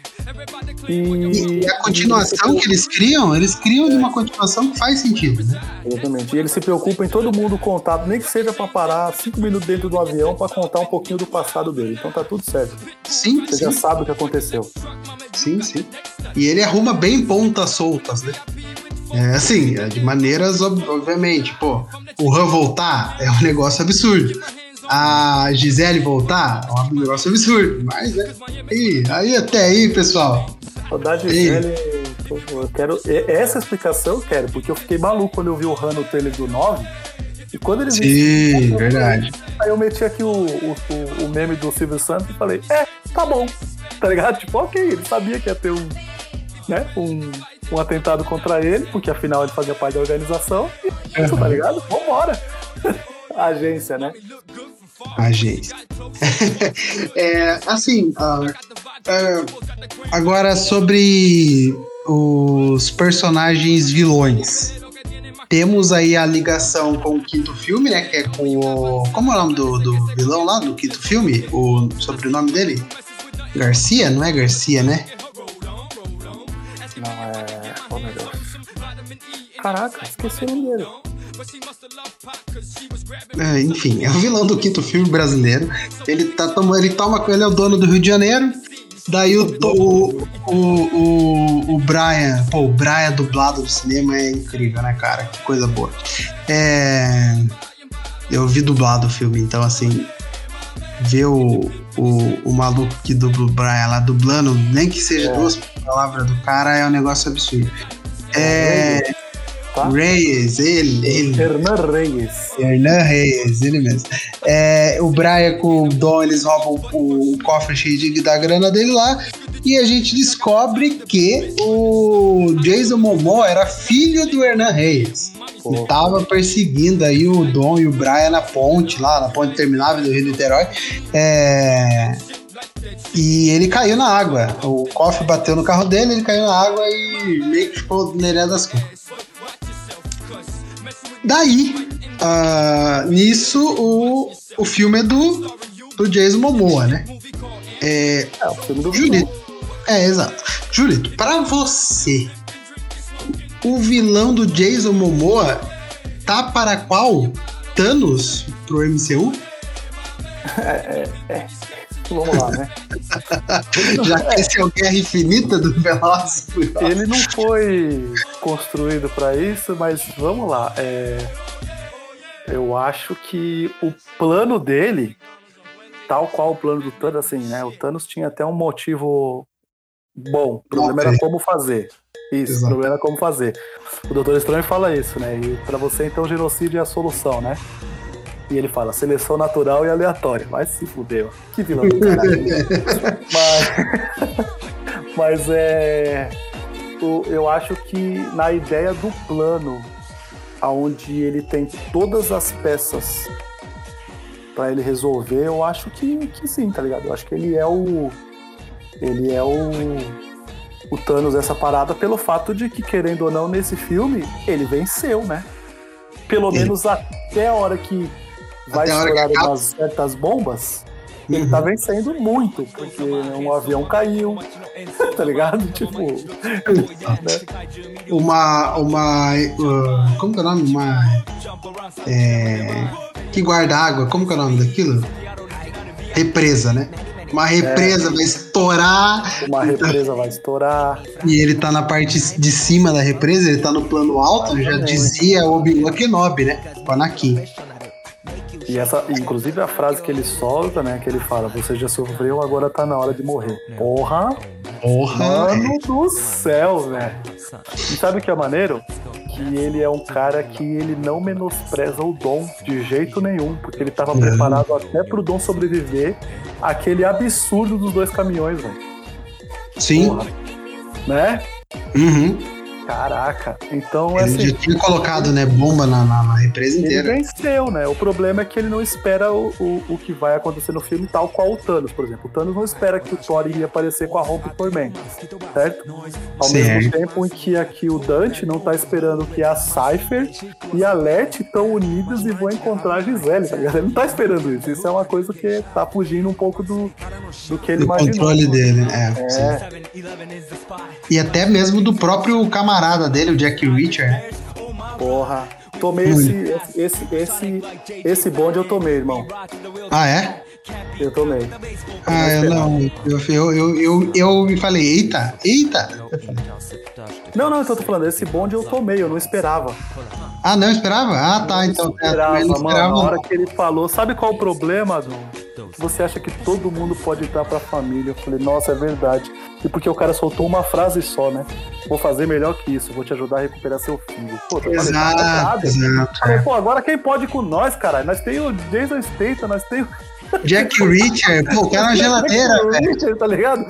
E, e a continuação e que eles criam, eles criam de uma continuação que faz sentido, né? Exatamente. E eles se preocupam em todo mundo contar, nem que seja pra parar cinco minutos dentro do avião pra contar um pouquinho do passado dele. Então tá tudo certo. Sim, Você sim. já sabe o que aconteceu. Sim, sim. E ele arruma bem pontas soltas, né? É assim, de maneiras, obviamente, pô, o Han voltar é um negócio absurdo. A Gisele voltar é um negócio absurdo. Mas, né? Aí, aí até aí, pessoal. Da Gisele, eu quero. Essa explicação eu quero, porque eu fiquei maluco quando eu vi o Han no trailer do nove. E quando ele Sim, viu, verdade. Aí eu meti aqui o, o, o meme do Silvio Santos e falei, é, tá bom. Tá ligado? Tipo, ok, ele sabia que ia ter um, né, um, um atentado contra ele, porque afinal ele fazia parte da organização. E isso, uhum. Tá ligado? Vambora. A agência, né? Agência. É, assim, uh, uh, agora sobre os personagens vilões. Temos aí a ligação com o quinto filme, né? Que é com o... Como é o nome do, do vilão lá do quinto filme? O sobrenome dele? Garcia? Não é Garcia, né? Não, é... Oh, meu Deus. Caraca, esqueci o nome dele. É, enfim, é o vilão do quinto filme brasileiro. Ele, tá, ele toma... Ele é o dono do Rio de Janeiro. Daí o, o, o, o, o Brian, pô, o Brian dublado do cinema é incrível, né, cara? Que coisa boa. É, eu vi dublado o filme, então, assim, ver o, o, o maluco que dubla o Brian lá dublando, nem que seja é. duas palavras do cara, é um negócio absurdo. É. Tá? Reyes, ele, ele. Hernan Reyes. Hernan Reyes, ele mesmo. É, o Brian com o Dom, eles roubam o, o cofre cheio de, da grana dele lá. E a gente descobre que o Jason Momoa era filho do Hernan Reyes. Pô. E tava perseguindo aí o Dom e o Brian na ponte, lá na ponte terminável do Rio de Niterói. É... E ele caiu na água. O cofre bateu no carro dele, ele caiu na água e meio que ficou neré das costas. Daí, uh, nisso, o, o filme é do, do Jason Momoa, né? É, é o filme do Julito. É, exato. Julito, pra você, o vilão do Jason Momoa tá para qual Thanos pro M C U? É, é, é. Vamos lá, né? Já que esse é o Guerra Infinita do Velozes e Furiosos. Ele não foi construído pra isso, mas vamos lá. É, eu acho que o plano dele, tal qual o plano do Thanos, assim, né? O Thanos tinha até um motivo bom. O problema Ok. era como fazer. Isso, Exato. o problema era como fazer. O Doutor Estranho fala isso, né? E pra você, então, genocídio é a solução, né? E ele fala, seleção natural e aleatória. Vai se fuder, ó. Que vilão do caralho. Mas, mas é... o- Eu acho que na ideia do plano, onde ele tem todas as peças pra ele resolver, eu acho que, que sim, tá ligado? Eu acho que ele é o... Ele é o... O Thanos dessa parada pelo fato de que, querendo ou não, nesse filme, ele venceu, né? Pelo Ele- menos até a hora que vai Até a hora que estourar acaba. umas certas bombas, ele Uhum. tá vencendo muito, porque um avião caiu, tá ligado? Tipo, Uma. Uma. uh, como que é o nome? Uma. É, que guarda água, como que é o nome daquilo? Represa, né? Uma represa vai estourar uma represa vai estourar. e ele tá na parte de cima da represa, ele tá no plano alto, já dizia Obi-Wan Kenobi, né? O Anakin. E essa, inclusive a frase que ele solta, né? Que ele fala, você já sofreu, agora tá na hora de morrer. Porra! Porra! Mano do céu, velho. E sabe o que é maneiro? Que ele é um cara que ele não menospreza o Dom de jeito nenhum, porque ele tava Não. preparado até pro Dom sobreviver àquele absurdo dos dois caminhões, velho. Sim. Porra. Né? Uhum. Caraca. Então, Ele assim, já tinha colocado, né, bomba na, na- na represa ele inteira. venceu, né? O problema é que ele não espera o, o, o que vai acontecer no filme, tal qual o Thanos, por exemplo. O Thanos não espera que o Thor iria aparecer com a roupa e tormenta, certo? Ao Certo. mesmo tempo em que aqui o Dante não tá esperando que a Cypher e a Let estão unidas e vão encontrar a Gisele, tá ligado? Ele não tá esperando isso. Isso é uma coisa que tá fugindo um pouco do, do que ele Do imaginou. controle dele, é, sim. É, E até mesmo do próprio camarada dele, o Jack Reacher. porra. Tomei esse, esse, esse, esse bonde, eu tomei, irmão. Ah, é? Eu tomei. Ah, eu não. Eu, eu, eu, eu, eu me falei, eita, eita. Não, não, então eu tô falando, esse bonde eu tomei, eu não esperava. Ah, não esperava? Ah, tá, então. Não é, esperava, também não mano. esperava, Na hora não. que ele falou, sabe qual o problema, Dom? Você acha que todo mundo pode entrar pra família. Eu falei, nossa, é verdade. E porque o cara soltou uma frase só, né? Vou fazer melhor que isso, vou te ajudar a recuperar seu filho. Pô, eu falei, tá Exato, comprado. exato. Falei, é. pô, agora quem pode ir com nós, caralho? Nós tem o Jason Statham, nós tem o... Jack Reacher, pô, o cara na geladeira, velho. Richard, tá ligado?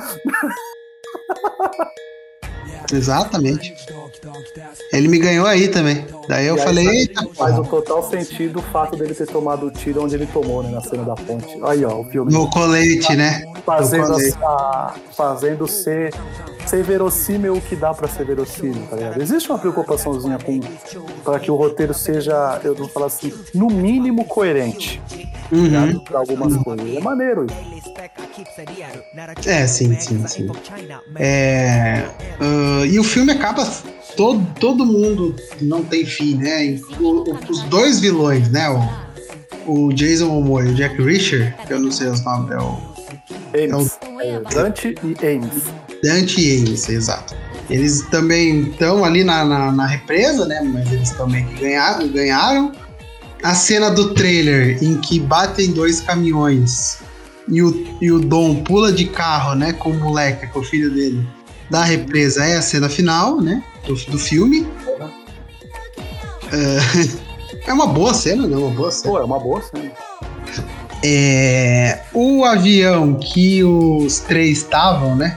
Exatamente. Ele me ganhou aí também. Daí eu E aí, falei, sabe, eita, faz porra. o total sentido o fato dele ter tomado o tiro onde ele tomou, né? Na cena da ponte. Aí, ó, o filme. No colete, né? Fazendo, No colete. a, fazendo ser, ser verossímil o que dá pra ser verossímil, tá ligado? Existe uma preocupaçãozinha com para que o roteiro seja, eu vou falar assim, no mínimo coerente, Uhum. pra algumas coisas. É maneiro isso. É, sim, sim, sim. É, uh, e o filme acaba. Todo, todo mundo não tem fim, né? O- o- os dois vilões, né? O, o Jason Momoa e o Jack Reacher, que eu não sei os nomes, é o Ames. É, Dante e Ames. Dante e Ames, exato. Eles também estão ali na, na, na represa, né? Mas eles também que ganharam, ganharam. A cena do trailer em que batem dois caminhões e o, e o Dom pula de carro, né? Com o moleque, com o filho dele, da represa é a cena final, né? Do, do filme. É, é uma boa cena, né? Uma boa cena. Pô, é uma boa cena. É, o avião que os três estavam, né?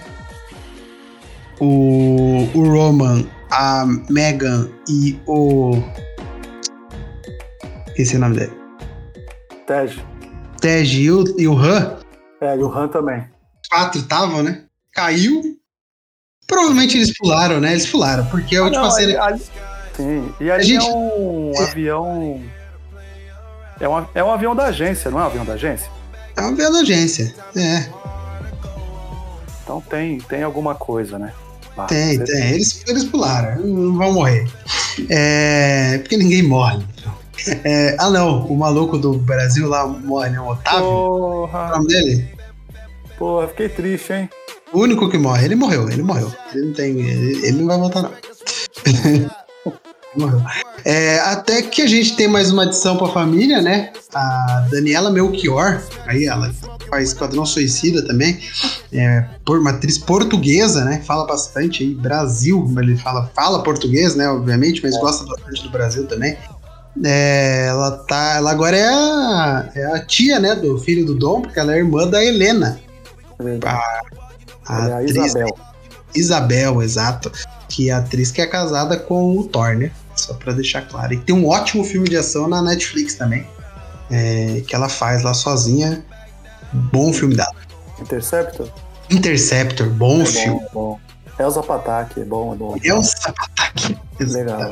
O, o Roman, a Megan e o. Esqueci o nome dele. Tej. Tej e o, e o Han, É, e o Han também. os quatro estavam, né? Caiu. Provavelmente eles pularam, né? Eles pularam, porque a Ah, última não, cena. ali- ali- sim, e ali gente- é um é. avião... É um, é um avião da agência, não é um avião da agência? É uma avião da agência. É, Então tem, tem alguma coisa, né? Lá. tem, Você- tem. Eles, eles pularam, não vão morrer. É, porque ninguém morre. É, ah, não, o maluco do Brasil lá morre, né? O Otávio. Porra. O nome dele? Porra, fiquei triste, hein? O único que morre. Ele morreu, ele morreu. Ele não tem. Ele, ele não vai voltar, não. Morreu. É, até que a gente tem mais uma adição pra família, né? A Daniela Melchior, aí ela faz Esquadrão Suicida também, é, por uma atriz portuguesa, né? Fala bastante aí, Brasil, ele fala, fala português, né? Obviamente, mas gosta bastante do Brasil também. É, ela tá, ela agora é a, é a tia, né? Do filho do Dom, porque ela é irmã da Helena. A, a, é a atriz, Isabel. Isabel, exato. Que é a atriz que é casada com o Thor, né? Só pra deixar claro. E tem um ótimo filme de ação na Netflix também. É, que ela faz lá sozinha. Bom filme dela. Interceptor? Interceptor, bom é filme. Bom, é bom. Elsa Pataky, é bom, é bom. Elsa Pataky. Legal.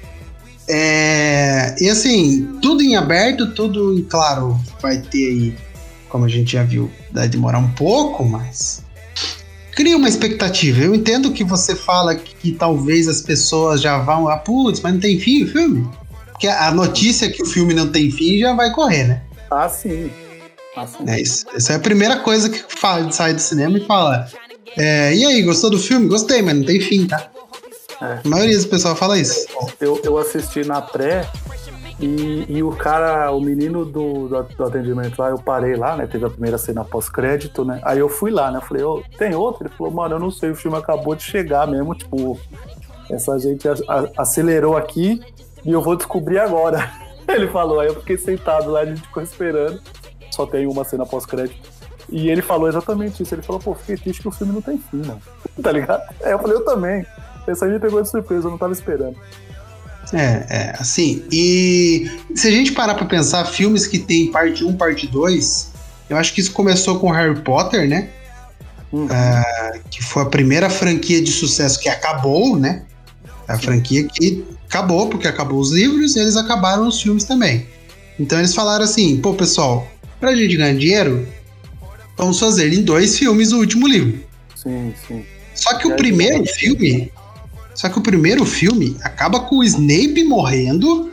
É, e assim, tudo em aberto, tudo em claro. Vai ter aí, como a gente já viu, vai demorar um pouco, mas cria uma expectativa. Eu entendo que você fala que, que talvez as pessoas já vão, ah, putz, mas não tem fim o filme? Porque a notícia que o filme não tem fim já vai correr, né? Ah, sim. Ah, sim. É isso. Essa é a primeira coisa que fala, sai do cinema e fala: é, e aí, gostou do filme? Gostei, mas não tem fim, tá? É. A maioria do pessoal fala isso. Eu, eu assisti na pré e, e o cara, o menino do, do, do atendimento lá, eu parei lá, né? Teve a primeira cena pós-crédito, né? Aí eu fui lá, né? Eu falei, oh, tem outro? Ele falou, mano, eu não sei, o filme acabou de chegar mesmo, tipo, essa gente a, a, acelerou aqui e eu vou descobrir agora. Ele falou, aí eu fiquei sentado lá, a gente ficou esperando. Só tem uma cena pós-crédito. E ele falou exatamente isso. Ele falou, pô, fiquei triste que o filme não tem fim, mano. Tá ligado? Aí eu falei, eu também. Essa aí me pegou de surpresa, eu não tava esperando. É, é, assim, e se a gente parar pra pensar, filmes que tem parte um, parte dois, eu acho que isso começou com Harry Potter, né? Uhum. Uh, que foi a primeira franquia de sucesso que acabou, né? A franquia que acabou, porque acabou os livros e eles acabaram os filmes também. Então eles falaram assim, pô, pessoal, pra gente ganhar dinheiro, vamos fazer em dois filmes o último livro. Sim, sim. Só que o primeiro filme... Só que o primeiro filme acaba com o Snape morrendo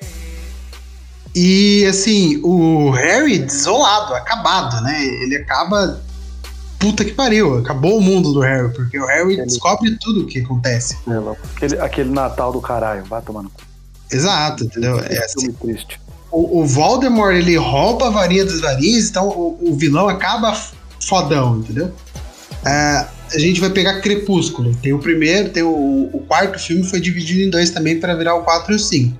e, assim, o Harry desolado, acabado, né? Ele acaba... Puta que pariu, acabou o mundo do Harry, porque o Harry ele... descobre tudo o que acontece. Aquele, aquele Natal do caralho, vai tomando. Exato, entendeu? É assim. Triste. O, o Voldemort, ele rouba a varinha dos varins, então o, o vilão acaba fodão, entendeu? É... A gente vai pegar Crepúsculo. Tem o primeiro, tem o, o quarto filme foi dividido em dois também para virar o quatro e o cinco.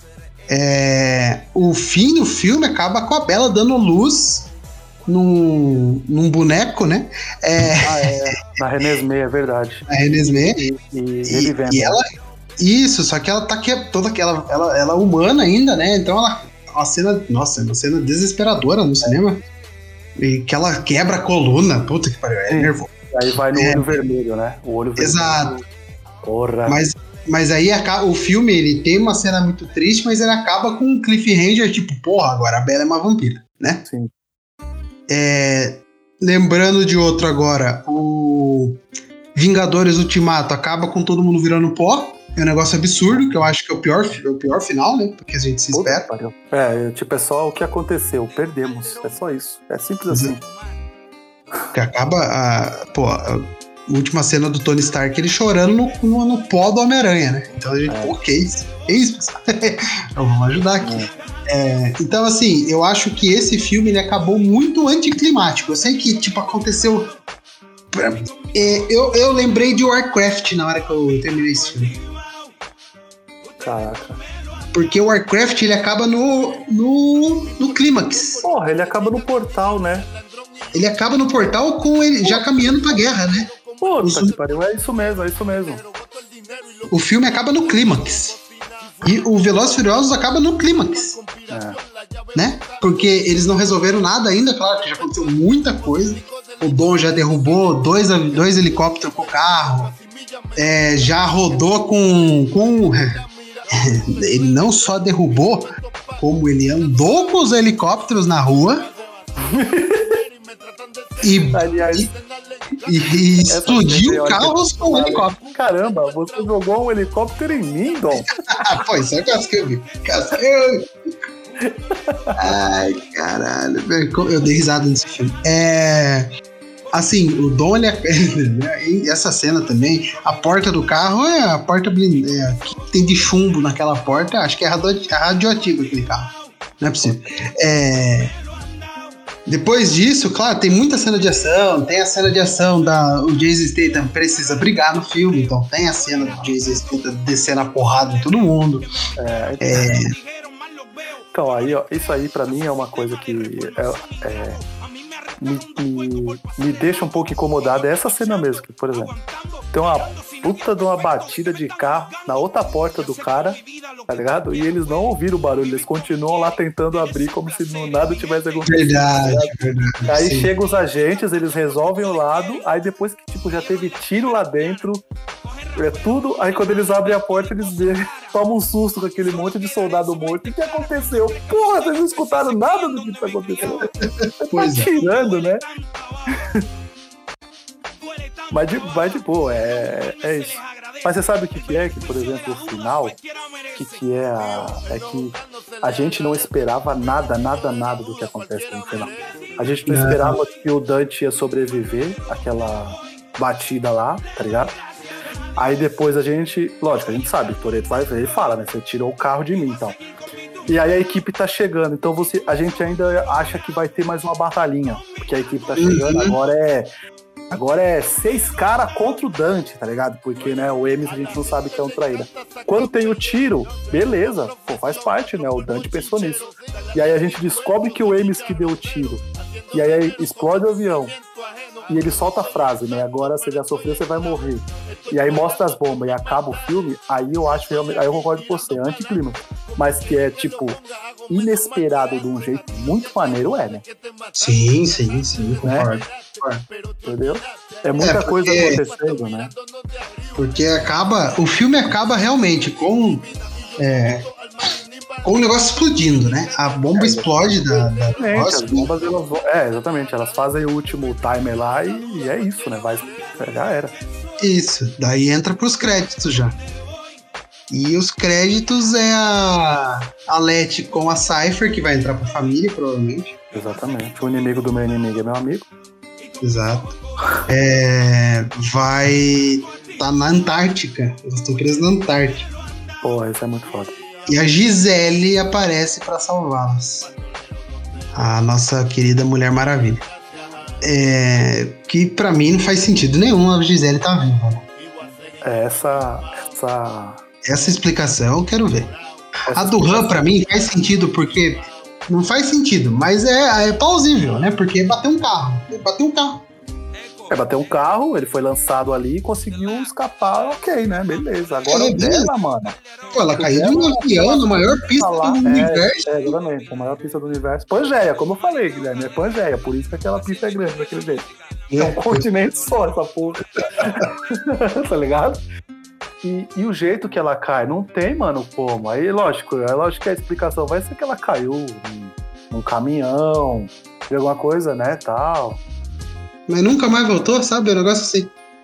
É, o fim do filme acaba com a Bella dando luz num, num boneco, né? É, ah, é. Na Renesmee, é verdade. Na Renesmee. E, e, e, e, e ela, isso, só que ela tá que, toda aquela. Ela, ela é humana ainda, né? Então ela. Uma cena. Nossa, uma cena desesperadora no cinema. E que ela quebra a coluna. Puta que pariu, é nervoso. Aí vai no é. olho vermelho, né? O olho vermelho. Exato. Porra. Mas, mas aí a, o filme, ele tem uma cena muito triste, mas ele acaba com um cliffhanger, tipo, porra, agora a Bella é uma vampira, né? Sim. É, lembrando de outro agora, o Vingadores Ultimato acaba com todo mundo virando pó. É um negócio absurdo, que eu acho que é o pior, é o pior final, né? Porque a gente se Puta espera. Pariu. É, tipo, é só o que aconteceu. Perdemos. É só isso. É simples uhum. assim. Que acaba a, pô, a última cena do Tony Stark, ele chorando no, no, no pó do Homem-Aranha, né? Então a gente, é. pô, que isso? Que isso, pessoal? Então vamos ajudar aqui. É. É, então, assim, eu acho que esse filme, ele acabou muito anticlimático. Eu sei que, tipo, aconteceu... É, eu, eu lembrei de Warcraft na hora que eu terminei esse filme. Caraca. Porque o Warcraft, ele acaba no, no, no clímax. Porra, ele acaba no portal, né? Ele acaba no portal com ele já caminhando pra guerra, né? Puta Os... que pariu, é isso mesmo, é isso mesmo. O filme acaba no clímax. E o Velozes e Furiosos acaba no clímax. É. Né? Porque eles não resolveram nada ainda, claro que já aconteceu muita coisa. O Dom já derrubou dois, dois helicópteros com o carro. É, já rodou com... com... Ele não só derrubou, como ele andou com os helicópteros na rua. E, Aliás, e, E, e explodiu o carro com um helicóptero. Caramba, você jogou um helicóptero em mim, Dom? Pô, isso é cascão, cascão. Ai, caralho, velho. Eu dei risada nesse filme. É. Assim, o Dom, ele é... essa cena também, a porta do carro é a porta blindada, é, que tem de chumbo naquela porta, acho que é radioativo aquele carro. Não é possível. É... Depois disso, claro, tem muita cena de ação, tem a cena de ação da... O Jason Statham precisa brigar no filme, então tem a cena do Jason Statham descendo a porrada em todo mundo. É... é... Então, aí, ó, isso aí pra mim é uma coisa que... É, é... Me, me, me deixa um pouco incomodado. É essa cena mesmo, que, por exemplo, tem uma puta de uma batida de carro na outra porta do cara, tá ligado? E eles não ouviram o barulho, eles continuam lá tentando abrir como se não, nada tivesse acontecido. Verdade, tá verdade. Aí sim. Chegam os agentes, eles resolvem o lado, aí depois que tipo, já teve tiro lá dentro, é tudo, aí quando eles abrem a porta, eles vê, tomam um susto com aquele monte de soldado morto. O que aconteceu? Porra, vocês não escutaram nada do que tá acontecendo. Pois tá é. tirando, né? Mas de, mas de boa, é, é isso. Mas você sabe o que, que é? Que, por exemplo, o final, o que, que é a, é que a gente não esperava nada, nada, nada do que acontece no final. A gente não esperava que o Dante ia sobreviver àquela batida lá, tá ligado? Aí depois a gente, lógico, a gente sabe, o Toretto vai, ele fala, né? Você tirou o carro de mim, então. E aí a equipe tá chegando, então você, a gente ainda acha que vai ter mais uma batalhinha, porque a equipe tá chegando, uhum. agora é agora é seis caras contra o Dante, tá ligado? Porque, né, o Emes a gente não sabe que é um traíra. Quando tem o tiro, beleza, pô, faz parte, né, o Dante pensou nisso. E aí a gente descobre que o Emes que deu o tiro, e aí explode o avião. E ele solta a frase, né? Agora você já sofreu, você vai morrer. E aí mostra as bombas e acaba o filme. Aí eu acho realmente. Aí eu concordo com você, é anticlima. Mas que é, tipo, inesperado de um jeito muito maneiro, é, né? Sim, sim, sim, concordo. Né? Entendeu? É muita é porque, coisa acontecendo, né? Porque acaba. O filme acaba realmente com. É, com o negócio explodindo, né? A bomba é, explode da, da as bombas, elas, é, exatamente. Elas fazem o último timer lá e, e é isso, né? Vai, já era. Isso. Daí entra pros créditos já. E os créditos é a, a Letty com a Cypher, que vai entrar pra família, provavelmente. Exatamente. O inimigo do meu inimigo é meu amigo. Exato. É, vai tá na Antártica. Eles estão presos na Antártica. Porra, isso é muito foda. E a Gisele aparece pra salvá-las. A nossa querida Mulher Maravilha. É, que pra mim não faz sentido nenhum a Gisele tá viva. Né? Essa, essa... Essa explicação eu quero ver. Essa a do Han pra mim faz sentido porque... Não faz sentido, mas é, é plausível, né? Porque bateu um carro. Bateu um carro. É, bateu um carro, ele foi lançado ali e conseguiu escapar, ok, né? Beleza. Agora é, dela, mano. Pô, ela caiu de um avião na maior pista falar, do é, universo. É, exatamente, a maior pista do universo. Pangeia, como eu falei, Guilherme, é Pangeia, por isso que aquela pista é grande daquele jeito. É, é um continente só, essa porra. Tá ligado? E, e o jeito que ela cai, não tem, mano, como. Aí, lógico, é lógico que a explicação vai ser que ela caiu num, num caminhão, de alguma coisa, né, tal. Mas nunca mais voltou, sabe? O negócio assim.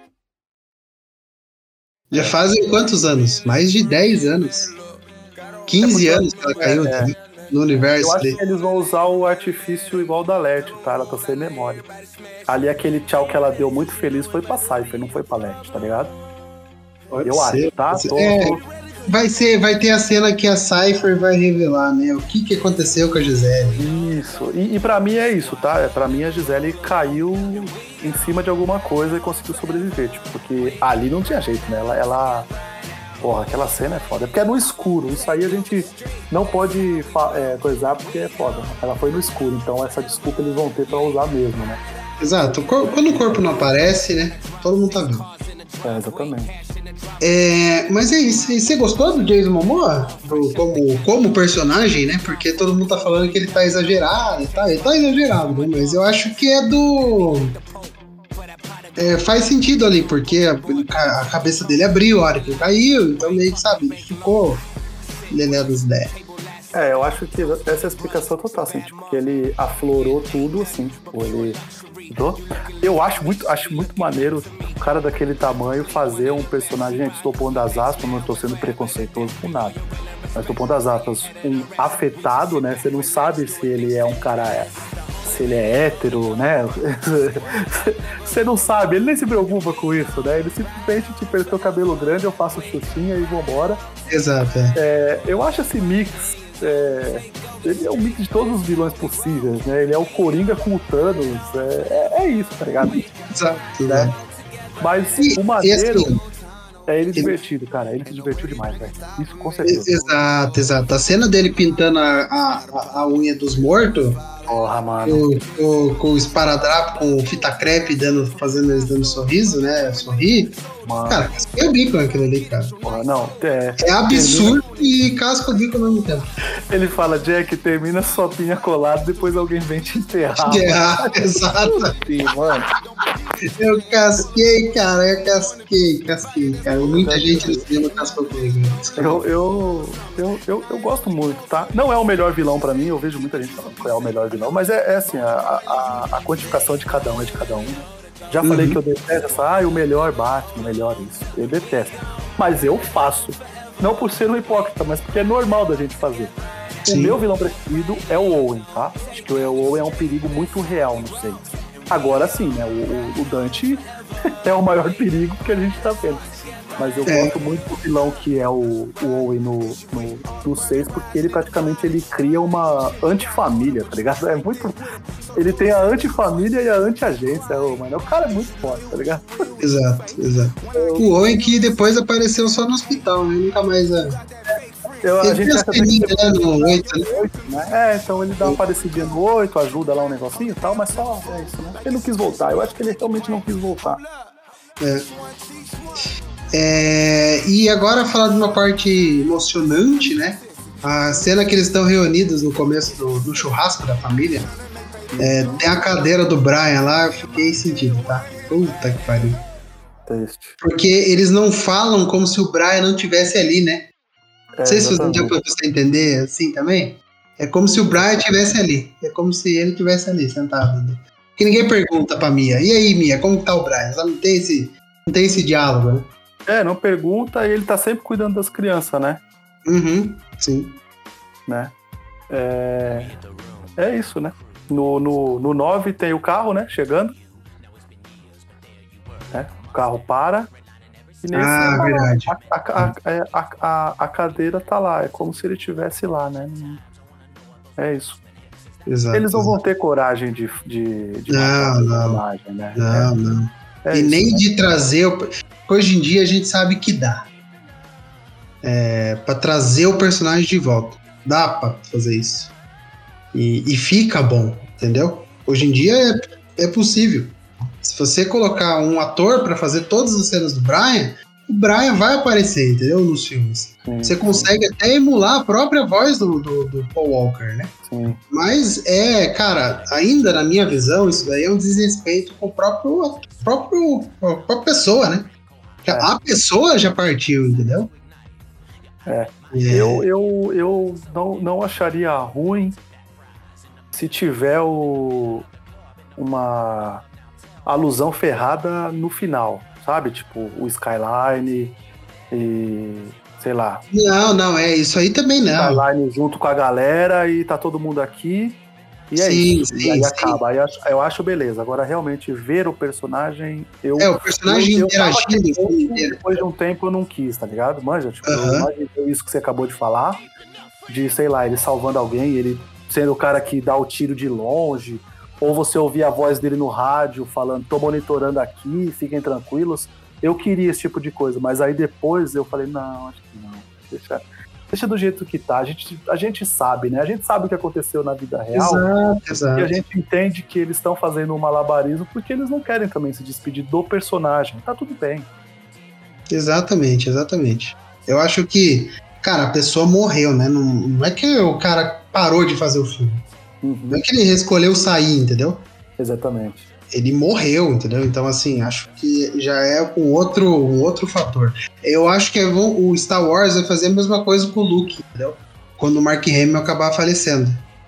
Já fazem quantos anos? Mais de dez anos. quinze é anos que ela caiu é, no universo. Eu acho dele. que eles vão usar o artifício igual da Letty, tá? Ela tá sem memória. Ali aquele tchau que ela deu muito feliz foi pra Cypher, não foi pra Letty, tá ligado? Pode eu ser, acho, tá? Tô, é, tô... Vai, ser, vai ter a cena que a Cypher vai revelar, né? O que, que aconteceu com a Gisele. Isso. E, e pra mim é isso, tá? Pra mim a Gisele caiu em cima de alguma coisa e conseguiu sobreviver, tipo, porque ali não tinha jeito, né? Ela, ela... Porra, aquela cena é foda. Porque é no escuro. Isso aí a gente não pode é, coisar porque é foda. Ela foi no escuro, então essa desculpa eles vão ter pra usar mesmo, né? Exato. Quando o corpo não aparece, né? Todo mundo tá vendo. É, exatamente. É, mas é isso. E você gostou do Jason Momoa? Do, como, como personagem, né? Porque todo mundo tá falando que ele tá exagerado. Tá, ele tá exagerado, né? Mas eu acho que é do... É, faz sentido ali, porque a, a cabeça dele abriu a hora que ele caiu. Então meio que, sabe, ele ficou lelé das ideias. É, eu acho que essa é a explicação total, assim, tipo, que ele aflorou tudo, assim, tipo, ele Tô? Eu acho muito, acho muito maneiro o cara daquele tamanho fazer um personagem, gente, estou pondo as aspas, não estou sendo preconceituoso com nada, mas estou pondo as aspas, um afetado, né? Você não sabe se ele é um cara, se ele é hétero, né? Você não sabe, ele nem se preocupa com isso, né? Ele simplesmente, tipo, ele tem o cabelo grande, eu faço xuxinha e vambora. Exato. É. É, eu acho esse mix... É, ele é um mix de todos os vilões possíveis, né? Ele é o Coringa com o Thanos. É, é, é isso, tá ligado? Exato. Né? Mas E, o maneiro assim, é ele divertido, cara. Ele se divertiu demais, velho. Isso com certeza. Exato, exato. A cena dele pintando a, a, a unha dos mortos. Porra, mano. Com, com, com o esparadrapo, com fita crepe, dando, fazendo eles dando sorriso, né? Sorrir. Mano. Cara, casca o bico naquilo ali, cara. Porra, não. É, é absurdo termina... e casca o bico ao mesmo tempo. Ele fala, Jack, termina sua pinha colada, depois alguém vem te enterrar. Enterrar, exato. Sim, mano. Eu casquei, cara. Eu casquei, casquei, cara. Muita gente no cinema cascou comigo. Eu, eu, eu, eu, eu gosto muito, tá? Não é o melhor vilão pra mim, eu vejo muita gente falando que é o melhor vilão, mas é, é assim, a, a, a quantificação de cada um é de cada um. Já uhum. falei que eu detesto essa, ah, o melhor Batman, o melhor isso. Eu detesto. Mas eu faço. Não por ser um hipócrita, mas porque é normal da gente fazer. Sim. O meu vilão preferido é o Owen, tá? Acho que o Owen é um perigo muito real, não sei. Agora sim, né? O, o, o Dante é o maior perigo que a gente tá vendo. Mas eu é. gosto muito do vilão que é o, o Owen no, no, no seis, porque ele praticamente ele cria uma antifamília, tá ligado? É muito... Ele tem a antifamília e a anti-agência, oh, mano. O cara é muito forte, tá ligado? Exato, exato. O Owen que depois apareceu só no hospital, né? Nunca mais... É... Eu, a gente acha que é no oito, né? É, então ele dá uma parecidinha no oito, ajuda lá um negocinho e tal, mas só é isso, né? Ele não quis voltar. Eu acho que ele realmente não quis voltar. É. É, e agora falar de uma parte emocionante, né? A cena que eles estão reunidos no começo do, do churrasco da família. É, tem a cadeira do Brian lá, eu fiquei sentido, tá? Puta que pariu. Triste. Porque eles não falam como se o Brian não tivesse ali, né? É, não sei se deu pra você entender assim também. É como se o Brian estivesse ali. É como se ele estivesse ali, sentado. Né? Porque ninguém pergunta pra Mia. E aí, Mia, como que tá o Brian? Só não tem esse, não tem esse diálogo, né? É, não pergunta e ele tá sempre cuidando das crianças, né? Uhum, sim. Né? É, é isso, né? No, no, no nove tem o carro, né? Chegando. É, o carro para. E nesse, ah, a, verdade. A, a, a, a, a cadeira tá lá. É como se ele estivesse lá, né? É isso. Exato, eles não exato. vão ter coragem de, de, de não, não. personagem, né? Não, é. não. É e isso, nem né? de trazer... O... Hoje em dia a gente sabe que dá. É, pra trazer o personagem de volta. Dá pra fazer isso. E, e fica bom, entendeu? Hoje em dia é, é possível. Se você colocar um ator pra fazer todas as cenas do Brian, o Brian vai aparecer, entendeu? Nos filmes. Sim, você consegue sim. até emular a própria voz do, do, do Paul Walker, né? Sim. Mas é, cara, ainda na minha visão, isso daí é um desrespeito com o próprio, próprio, a própria pessoa, né? É. A pessoa já partiu, entendeu? É. é. Eu, eu, eu não, não acharia ruim se tiver o, uma alusão ferrada no final, sabe? Tipo, o Skyline e... sei lá. Não, não, é isso aí também não. Skyline junto com a galera e tá todo mundo aqui. E é sim, isso. Sim, e aí sim. acaba. Aí eu, acho, eu acho beleza. Agora, realmente, ver o personagem... Eu, é, o personagem eu, eu interagindo. Tempo, depois de um tempo eu não quis, tá ligado? Manja, tipo, uh-huh. eu imaginei isso que você acabou de falar. De, sei lá, ele salvando alguém, ele sendo o cara que dá o tiro de longe. Ou você ouvir a voz dele no rádio falando, tô monitorando aqui, fiquem tranquilos. Eu queria esse tipo de coisa, mas aí depois eu falei, não, acho que não. Deixa, deixa do jeito que tá. A gente, a gente sabe, né? A gente sabe o que aconteceu na vida real. Exato, exato. E a gente entende que eles estão fazendo um malabarismo porque eles não querem também se despedir do personagem. Tá tudo bem. Exatamente, exatamente. Eu acho que, cara, a pessoa morreu, né? Não, não é que o cara parou de fazer o filme. Uhum. Não é que ele escolheu sair, entendeu? Exatamente. Ele morreu, entendeu? Então, assim, acho que já é um outro, um outro fator. Eu acho que o Star Wars vai fazer a mesma coisa com o Luke, entendeu? Quando o Mark Hamill acabar falecendo.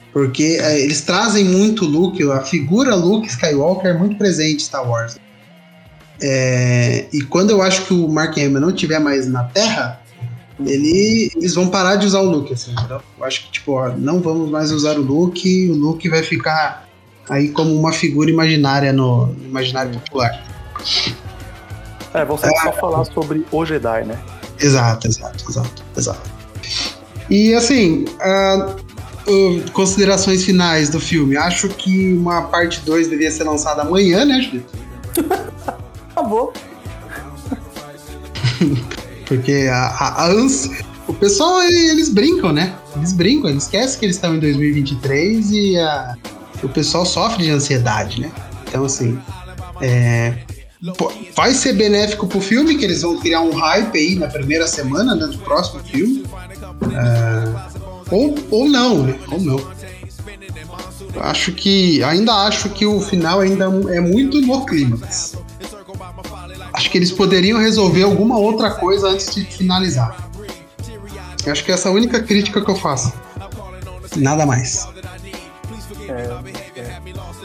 Porque é, eles trazem muito o Luke, a figura Luke Skywalker é muito presente em Star Wars. É, e quando eu acho que o Mark Hamill não estiver mais na Terra, ele, eles vão parar de usar o Luke, assim, entendeu? Eu acho que, tipo, ó, não vamos mais usar o Luke, o Luke vai ficar aí como uma figura imaginária no, no imaginário popular. É, vão sempre só falar sobre o Jedi, né? Exato, exato, exato, exato. E, assim, uh, uh, considerações finais do filme. Acho que uma parte dois deveria ser lançada amanhã, né, Julito? Acabou. Porque a, a, a ans... o pessoal, eles brincam, né? Eles brincam, eles esquecem que eles estão em dois mil e vinte e três e a, o pessoal sofre de ansiedade, né? Então, assim, é, pô, vai ser benéfico pro filme, que eles vão criar um hype aí na primeira semana, né, do próximo filme. É, ou, ou não, né? Ou não. Eu acho que, ainda acho que o final ainda é muito no clímax. Acho que eles poderiam resolver alguma outra coisa antes de finalizar. Eu acho que essa é a única crítica que eu faço. Nada mais. É, é.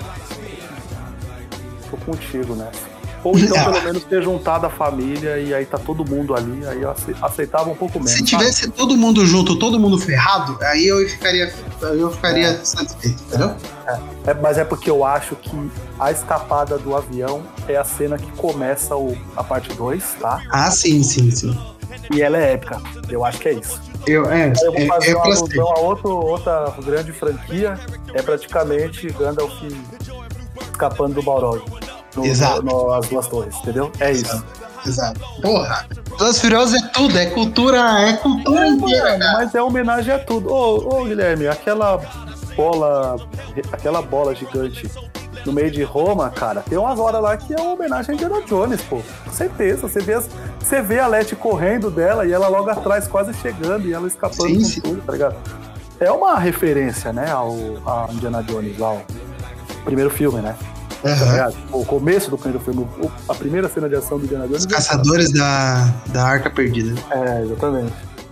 Tô contigo, né? Ou então, É. pelo menos, ter juntado a família e aí tá todo mundo ali, aí eu ace- aceitava um pouco menos. Se tivesse todo mundo junto, todo mundo ferrado, aí eu ficaria, eu ficaria É. satisfeito, entendeu? É, é, mas é porque eu acho que a escapada do avião é a cena que começa o, a parte dois, tá? Ah, sim, sim, sim. E ela é épica. Eu acho que é isso. Eu, é, Eu vou é, fazer é uma pra alusão ser. a outro, outra grande franquia. É praticamente Gandalf escapando do Balrog. No, Exato. no, no, as duas torres, entendeu? É isso. Exato. Porra. Os Furiosos é tudo, é cultura, é cultura É, inteira, mano, cara. mas é homenagem a tudo. Ô, ô, Guilherme, aquela bola, aquela bola gigante no meio de Roma, cara, tem umas horas lá que é uma homenagem a Indiana Jones, pô. Com certeza. Você vê, as, você vê a Letty correndo dela e ela logo atrás quase chegando e ela escapando Sim, com sim. tudo, tá ligado? É uma referência, né, ao a Indiana Jones, ao primeiro filme, né? Tá Aham. ligado? O começo do primeiro filme, o- a primeira cena de ação do Indiana Jones. Os caçadores da, da Arca Perdida. É, exatamente.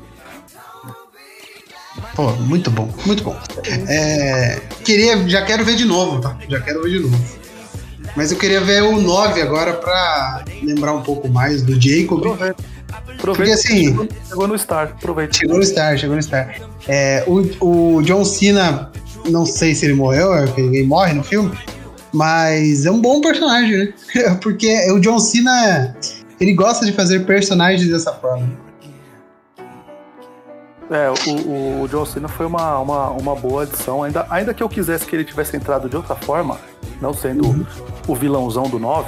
Pô, muito bom, muito bom. É, queria, já quero ver de novo, tá? Já quero ver de novo. Mas eu queria ver o nove agora pra lembrar um pouco mais do Jacob. Aproveita. Aproveita. Porque, assim, Chegou, chegou no Star, aproveita. Chegou no Star, chegou no Star. É, o, o John Cena, não sei se ele morreu, é que ninguém morre no filme, mas é um bom personagem, né? Porque o John Cena, ele gosta de fazer personagens dessa forma. É, o, o John Cena foi uma, uma, uma boa adição. Ainda, ainda que eu quisesse que ele tivesse entrado de outra forma, não sendo Uhum. o vilãozão do nove,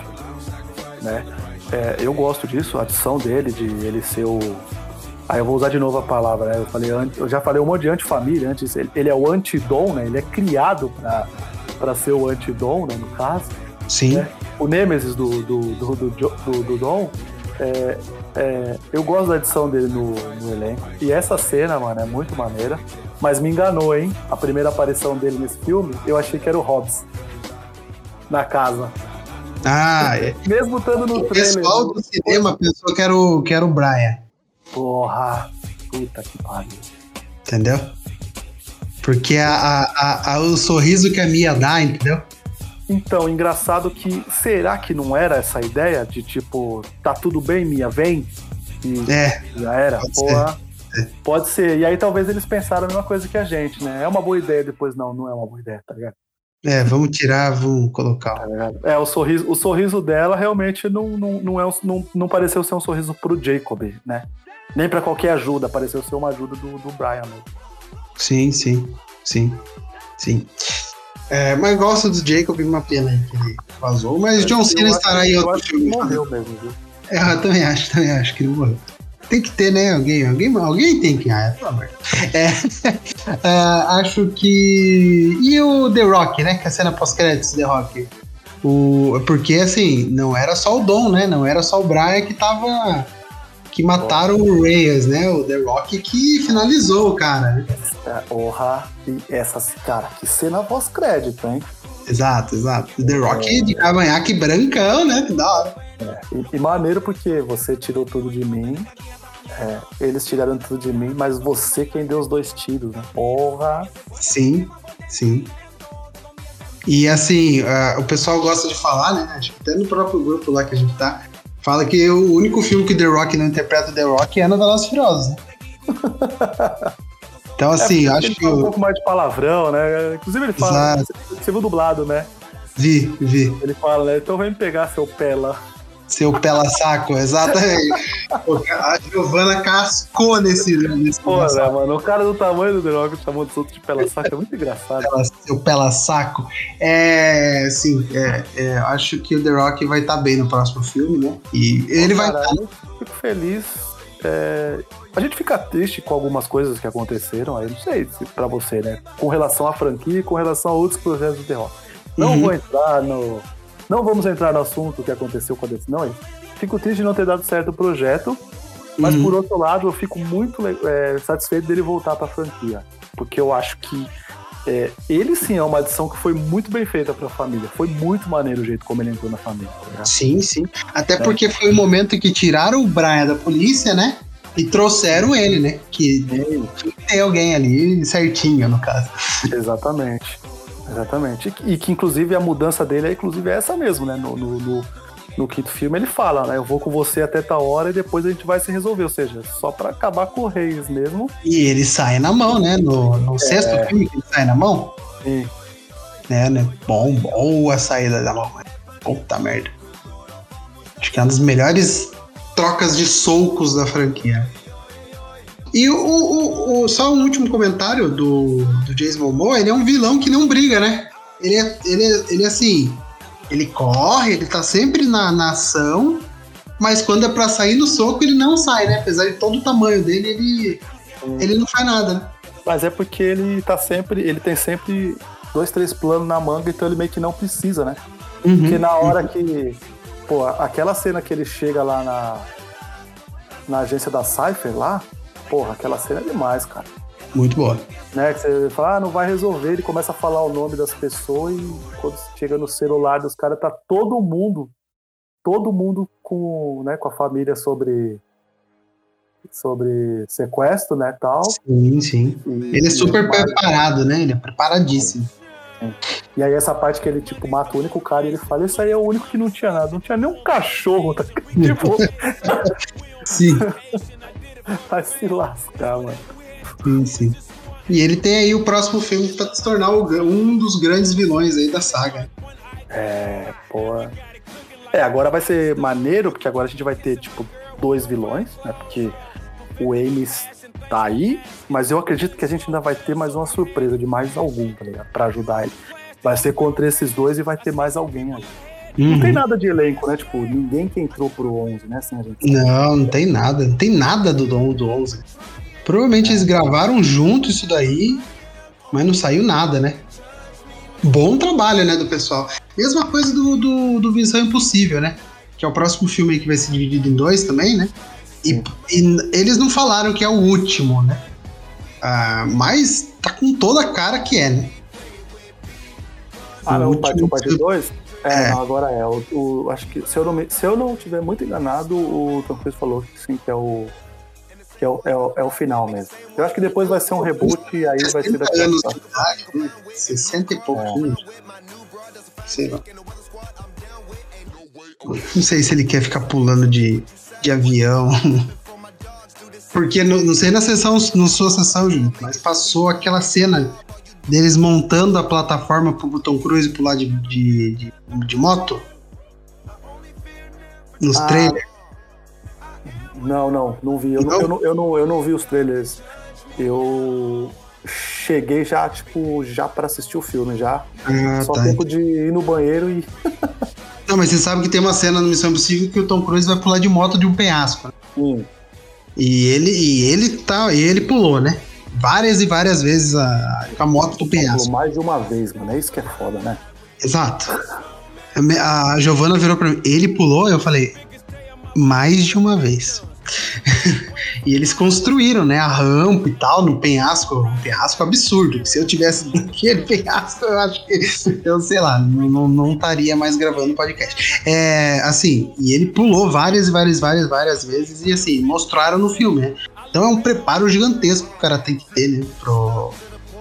né? É, eu gosto disso, a adição dele, de ele ser o. Aí eu vou usar de novo a palavra, né? Eu, falei, anti- eu já falei um monte de antifamília antes. Ele, ele é o antidom, né? Ele é criado pra, pra ser o antidom, né? No caso. Sim. Né? O Nêmesis do, do, do, do, Jo- do, do Dom, é, é, eu gosto da edição dele no, no elenco. E essa cena, mano, é muito maneira. Mas me enganou, hein? A primeira aparição dele nesse filme, eu achei que era o Hobbs. Na casa. Ah, é. Mesmo estando no O trailer. pessoal do cinema pensou que era o, que era o Brian, Porra, puta que pariu. entendeu? Porque a, a, a- a- o sorriso que a Mia dá, entendeu? Então, engraçado que, será que não era essa ideia de tipo, tá tudo bem, Mia, vem? E É, já era? pode Porra, pode ser. E aí talvez eles pensaram a mesma coisa que a gente, né? É uma boa ideia, depois não, não é uma boa ideia, tá ligado? é, vamos tirar, vamos colocar. Tá ligado? É, o sorriso, o sorriso dela realmente não, não, não, é um- não, não pareceu ser um sorriso pro Jacob, né? Nem pra qualquer ajuda, pareceu ser uma ajuda do, do Brian mesmo. Sim, sim, sim, sim. É, mas gosto do Jacob, uma pena aí que ele vazou. Mas John Cena Eu estará acho- em eu outro acho que filme. morreu mesmo, viu? É, eu também acho, também acho que ele morreu. Tem que ter, né? Alguém, alguém, alguém tem que. Ah, pelo amor. É, é, acho que. E o The Rock, né? Que é a cena pós-créditos do The Rock. O... Porque, assim, não era só o Dom, né? Não era só o Brian que tava. Que mataram o Reyes, né? O The Rock que finalizou o cara, né? É, porra, e essas, cara, que cena pós-crédito, hein? Exato, exato. O The Rock de cavanhaque brancão, né? Que da hora. E, e maneiro porque você tirou tudo de mim, é, eles tiraram tudo de mim, mas você quem deu os dois tiros, né? Porra! Sim, Sim. E assim, uh, o pessoal gosta de falar, né? Acho que até no próprio grupo lá que a gente tá, fala que o único filme que The Rock não interpreta o The Rock é no Velozes e Furiosos, né? Então, assim, é acho ele que. fala Eu... um pouco mais de palavrão, né? Inclusive, ele fala. Exato. Você viu dublado, né? Vi, vi. Ele fala, né? Então vem me pegar seu pé lá. Seu pela saco, exatamente. A Giovanna cascou nesse. nesse Pô, né, mano? O cara do tamanho do The Rock chamou dos outros de pela saco é muito engraçado. Pela, seu pela saco. É. Sim, é, é, acho que o The Rock vai estar tá bem no próximo filme, né? E ele Pô, vai. Cara, eu fico feliz. É... A gente fica triste com algumas coisas que aconteceram, aí não sei se pra você, né? Com relação à franquia e com relação a outros projetos do The Rock. Não uhum. vou entrar no. Não vamos entrar no assunto que aconteceu com a decisão. Não, fico triste de não ter dado certo o projeto, mas uhum. por outro lado, eu fico muito é, satisfeito dele voltar pra franquia. Porque eu acho que é, ele sim é uma adição que foi muito bem feita pra família. Foi muito maneiro o jeito como ele entrou na família. Tá? Sim, sim. Até é. porque foi o momento que tiraram o Brian da polícia, né? E trouxeram ele, né? Que tem alguém ali certinho, no caso. Exatamente. Exatamente. E que, inclusive, a mudança dele é, inclusive, é essa mesmo, né? No, no, no, no quinto filme ele fala, né? Eu vou com você até tal hora e depois a gente vai se resolver. Ou seja, só pra acabar com o Reis mesmo. E ele sai na mão, né? No, no é... sexto filme que ele sai na mão. Sim. É, né? Bom, boa saída da mão. Puta merda. Acho que é uma das melhores trocas de socos da franquia. E o, o, o, só um último comentário do, do Jason Momoa, ele é um vilão que não briga, né? Ele é, ele é, ele é assim, ele corre, ele tá sempre na, na ação, mas quando é pra sair no soco, ele não sai, né? Apesar de todo o tamanho dele, ele, hum. ele não faz nada, né? Mas é porque ele tá sempre, ele tem sempre dois, três planos na manga, então ele meio que não precisa, né? Uhum. Porque na hora uhum. que, pô, aquela cena que ele chega lá na, na agência da Cypher lá, porra, aquela cena é demais, cara. Muito boa. Né, que você fala, ah, não vai resolver, ele começa a falar o nome das pessoas e quando chega no celular dos caras, tá todo mundo, todo mundo com, né, com a família sobre, sobre sequestro, né, tal. Sim, sim. E, ele é super preparado, né, ele é preparadíssimo. Sim. E aí essa parte que ele, tipo, mata o único cara e ele fala, esse aí é o único que não tinha nada, não tinha nem um cachorro, tá? Tipo... Sim. Vai se lascar, mano. Sim, sim. E ele tem aí o próximo filme pra se tornar um dos grandes vilões aí da saga. É, porra. É, agora vai ser maneiro, porque agora a gente vai ter, tipo, dois vilões, né? Porque o Ames tá aí, mas eu acredito que a gente ainda vai ter mais uma surpresa de mais algum, tá ligado? Pra ajudar ele. Vai ser contra esses dois e vai ter mais alguém aí. Uhum. Não tem nada de elenco, né? Tipo, ninguém que entrou pro onze, né? Assim, a gente não, não tem nada. Não tem nada do, do onze. Provavelmente é. eles gravaram junto isso daí, mas não saiu nada, né? Bom trabalho, né, do pessoal. Mesma coisa do, do, do Missão Impossível, né? Que é o próximo filme aí que vai ser dividido em dois também, né? E, e eles não falaram que é o último, né? Ah, mas tá com toda a cara que é, né? Ah, não, o parte dois? É, é. Não, agora é. O, o, acho que, se eu, não me, se eu não estiver muito enganado, o Tom Cruise falou que sim, que é o, que é o, é o, é o final mesmo. Eu acho que depois vai ser um reboot e aí vai ser daqui anos de idade, né? sessenta e pouquinho. É. Sei lá. Não sei se ele quer ficar pulando de, de avião. Porque, no, não sei na sessão, na sua sessão, gente, mas passou aquela cena deles montando a plataforma pro Tom Cruise pular de, de, de, de moto? Nos ah, trailers? Não, não, não vi. Eu não? Não, eu, não, eu, não, eu não vi os trailers. Eu cheguei já, tipo, já pra assistir o filme, já. Ah, Só tá. tempo de ir no banheiro e... Não, mas você sabe que tem uma cena no Missão Impossível que o Tom Cruise vai pular de moto de um penhasco. Sim. E ele, e ele, tá, e ele pulou, né? Várias e várias vezes a, a moto do penhasco. Mais de uma vez, mano. É isso que é foda, né? Exato. A Giovanna virou pra mim. Ele pulou? Eu falei, mais de uma vez. E eles construíram, né, a rampa e tal no penhasco, um penhasco absurdo. Se eu tivesse naquele penhasco, eu acho que eu sei lá, não, não estaria mais gravando podcast. É, assim, e ele pulou várias e várias, várias, várias vezes e assim, mostraram no filme, né? Então é um preparo gigantesco que o cara tem que ter, né, pro,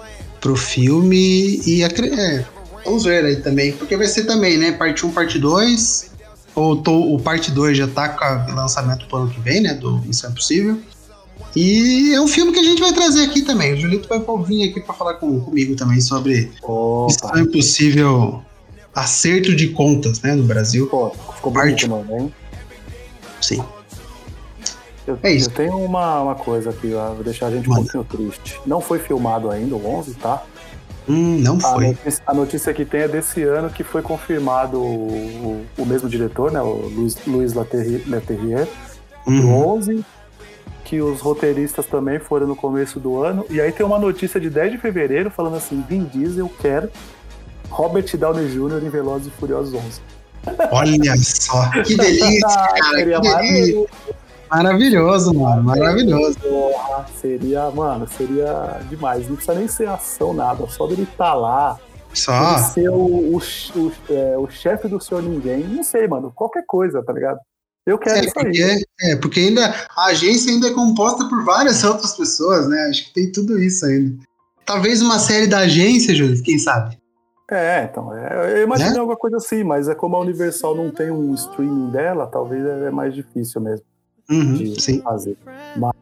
pro filme e a, é, vamos ver aí também, porque vai ser também, né, parte um, parte dois, ou tô, o parte dois já tá com o lançamento pro ano que vem, né, do Missão Impossível, e é um filme que a gente vai trazer aqui também, o Julito vai vir aqui pra falar com, comigo também sobre Opa. Missão Impossível Acerto de Contas, né, no Brasil. Pô, ficou bonito, mano, hein? Sim. Eu, É isso. eu tenho uma, uma coisa aqui, ó, vou deixar a gente Manda. um pouquinho triste. Não foi filmado ainda o onze, tá? Hum, não A foi. notícia, a notícia que tem é desse ano que foi confirmado o, o, o mesmo diretor, né? O Luiz, Luiz Leterrier, Leterrier do Uhum. onze, que os roteiristas também foram no começo do ano. E aí tem uma notícia de dez de fevereiro falando assim: Vin Diesel quer Robert Downey Júnior em Velozes e Furiosos onze. Olha só, que delícia, cara, Seria que delícia. Maravilhoso, mano, maravilhoso. Porra, seria, mano, seria demais. Não precisa nem ser ação, nada. Só dele estar lá. Só. Ele ser o, o, o, é, o chefe do Senhor Ninguém. Não sei, mano. Qualquer coisa, tá ligado? Eu quero É isso porque, aí. é, porque ainda a agência ainda é composta por várias outras pessoas, né? Acho que tem tudo isso ainda. Talvez uma série da agência, Júlio, quem sabe? É, então, é, eu imaginei Né? alguma coisa assim, mas é como a Universal não tem um streaming dela, talvez é mais difícil mesmo Uhum, de sim. fazer. Mas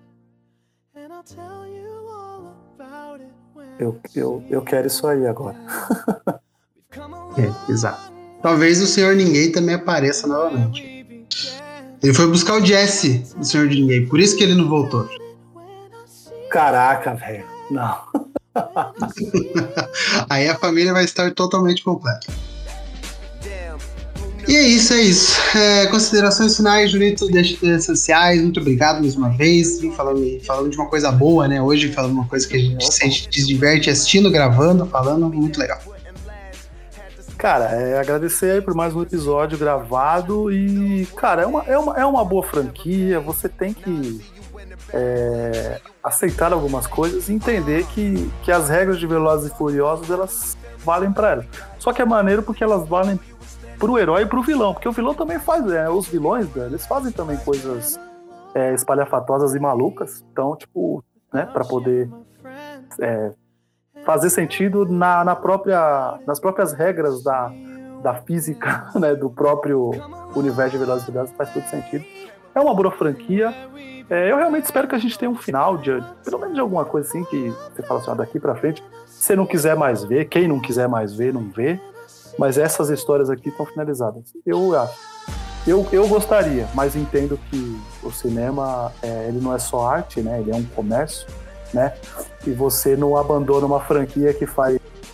eu, eu, eu quero isso aí agora. É, exato. Talvez o Senhor Ninguém também apareça novamente. Ele foi buscar o Jesse, o Senhor de Ninguém, por isso que ele não voltou. Caraca, velho. Não. Aí a família vai estar totalmente completa. E é isso, é isso. É, considerações finais, Julito, deixa as redes sociais. Muito obrigado mais uma vez. Falando, falando de uma coisa boa, né? Hoje, falando uma coisa que a gente se diverte assistindo, gravando, falando. Muito legal. Cara, é agradecer aí por mais um episódio gravado e, cara, é uma, é uma, é uma boa franquia, você tem que é, aceitar algumas coisas e entender que, que as regras de Velozes e Furiosos, elas valem pra ela. Só que é maneiro porque elas valem pro herói e pro vilão, porque o vilão também faz, é, os vilões, né, eles fazem também coisas é, espalhafatosas e malucas, então, tipo, né, pra poder... É, fazer sentido na, na própria, nas próprias regras da, da física, né, do próprio universo de Velozes e Furiosos, faz todo sentido. É uma boa franquia. É, eu realmente espero que a gente tenha um final, de, pelo menos de alguma coisa assim, que você fala assim, ah, daqui pra frente, se você não quiser mais ver, quem não quiser mais ver, não vê, mas essas histórias aqui estão finalizadas. Eu acho. Eu, eu gostaria, mas entendo que o cinema, é, ele não é só arte, né, ele é um comércio, né? E você não abandona uma franquia que faz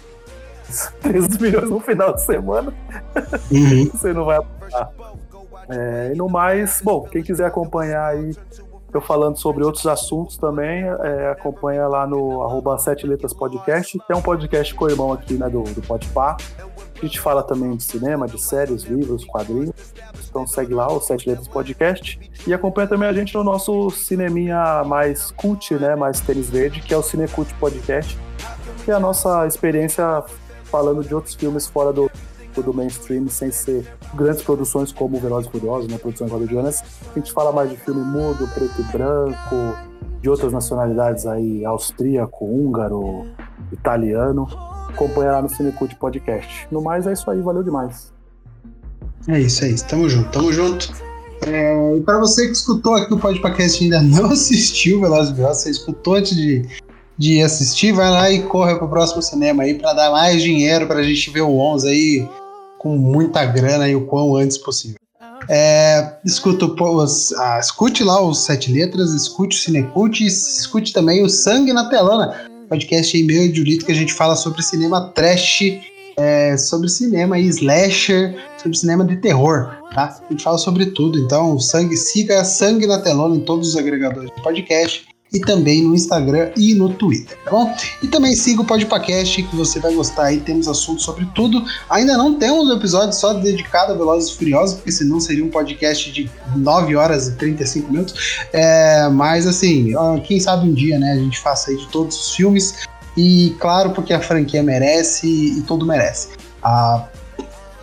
treze milhões no final de semana. Uhum. Você não vai abandonar. É, e no mais, bom, quem quiser acompanhar aí eu falando sobre outros assuntos também, é, acompanha lá no arroba Sete Letras Podcast, que é um podcast co-irmão aqui, né, do, do Podpah. A gente fala também de cinema, de séries, livros, quadrinhos. Então segue lá o Sete Letras Podcast e acompanha também a gente no nosso cineminha mais cult, né, mais tênis verde, que é o Cinecult Podcast, que é a nossa experiência falando de outros filmes fora do, do mainstream, sem ser grandes produções como Velozes e Furiosos, né, produções hollywoodianas. A gente fala mais de filme mudo, preto e branco, de outras nacionalidades aí, austríaco, húngaro, italiano. Acompanha lá no Cinecult Podcast. No mais, é isso aí, valeu demais. É isso, é isso. Tamo junto, tamo junto. É, e para você que escutou aqui o podcast e ainda não assistiu Velozes e Furiosos, você escutou antes de, de assistir, vai lá e corre pro próximo cinema aí para dar mais dinheiro pra gente ver o onze aí com muita grana aí o quão antes possível. É, escuta, ah, escute lá os Sete Letras, escute o Cinecult e escute também o Sangue na Telona, podcast aí meu e Julito que a gente fala sobre cinema trash, é, sobre cinema e slasher, sobre cinema de terror, tá? A gente fala sobre tudo, então sangue, siga Sangue na Telona em todos os agregadores de podcast e também no Instagram e no Twitter, tá bom? E também siga o Podpacast que você vai gostar aí, temos assuntos sobre tudo. Ainda não temos um episódio só dedicado a Velozes e Furiosos, porque senão seria um podcast de nove horas e trinta e cinco minutos, é, mas assim, quem sabe um dia, né, a gente faça aí de todos os filmes, e claro, porque a franquia merece e todo merece. A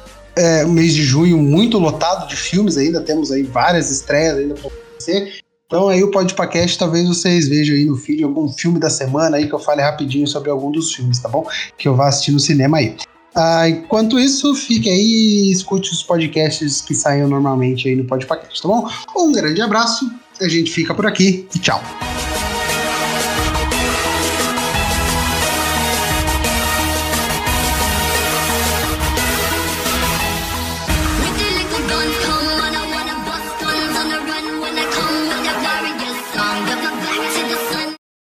É, o mês de junho muito lotado de filmes ainda, temos aí várias estreias ainda para acontecer, Então aí o Podpacast, talvez vocês vejam aí no feed algum filme da semana aí que eu fale rapidinho sobre algum dos filmes, tá bom? Que eu vá assistir no cinema aí. Ah, enquanto isso, fique aí e escute os podcasts que saem normalmente aí no Podpacast, tá bom? Um grande abraço, a gente fica por aqui e tchau.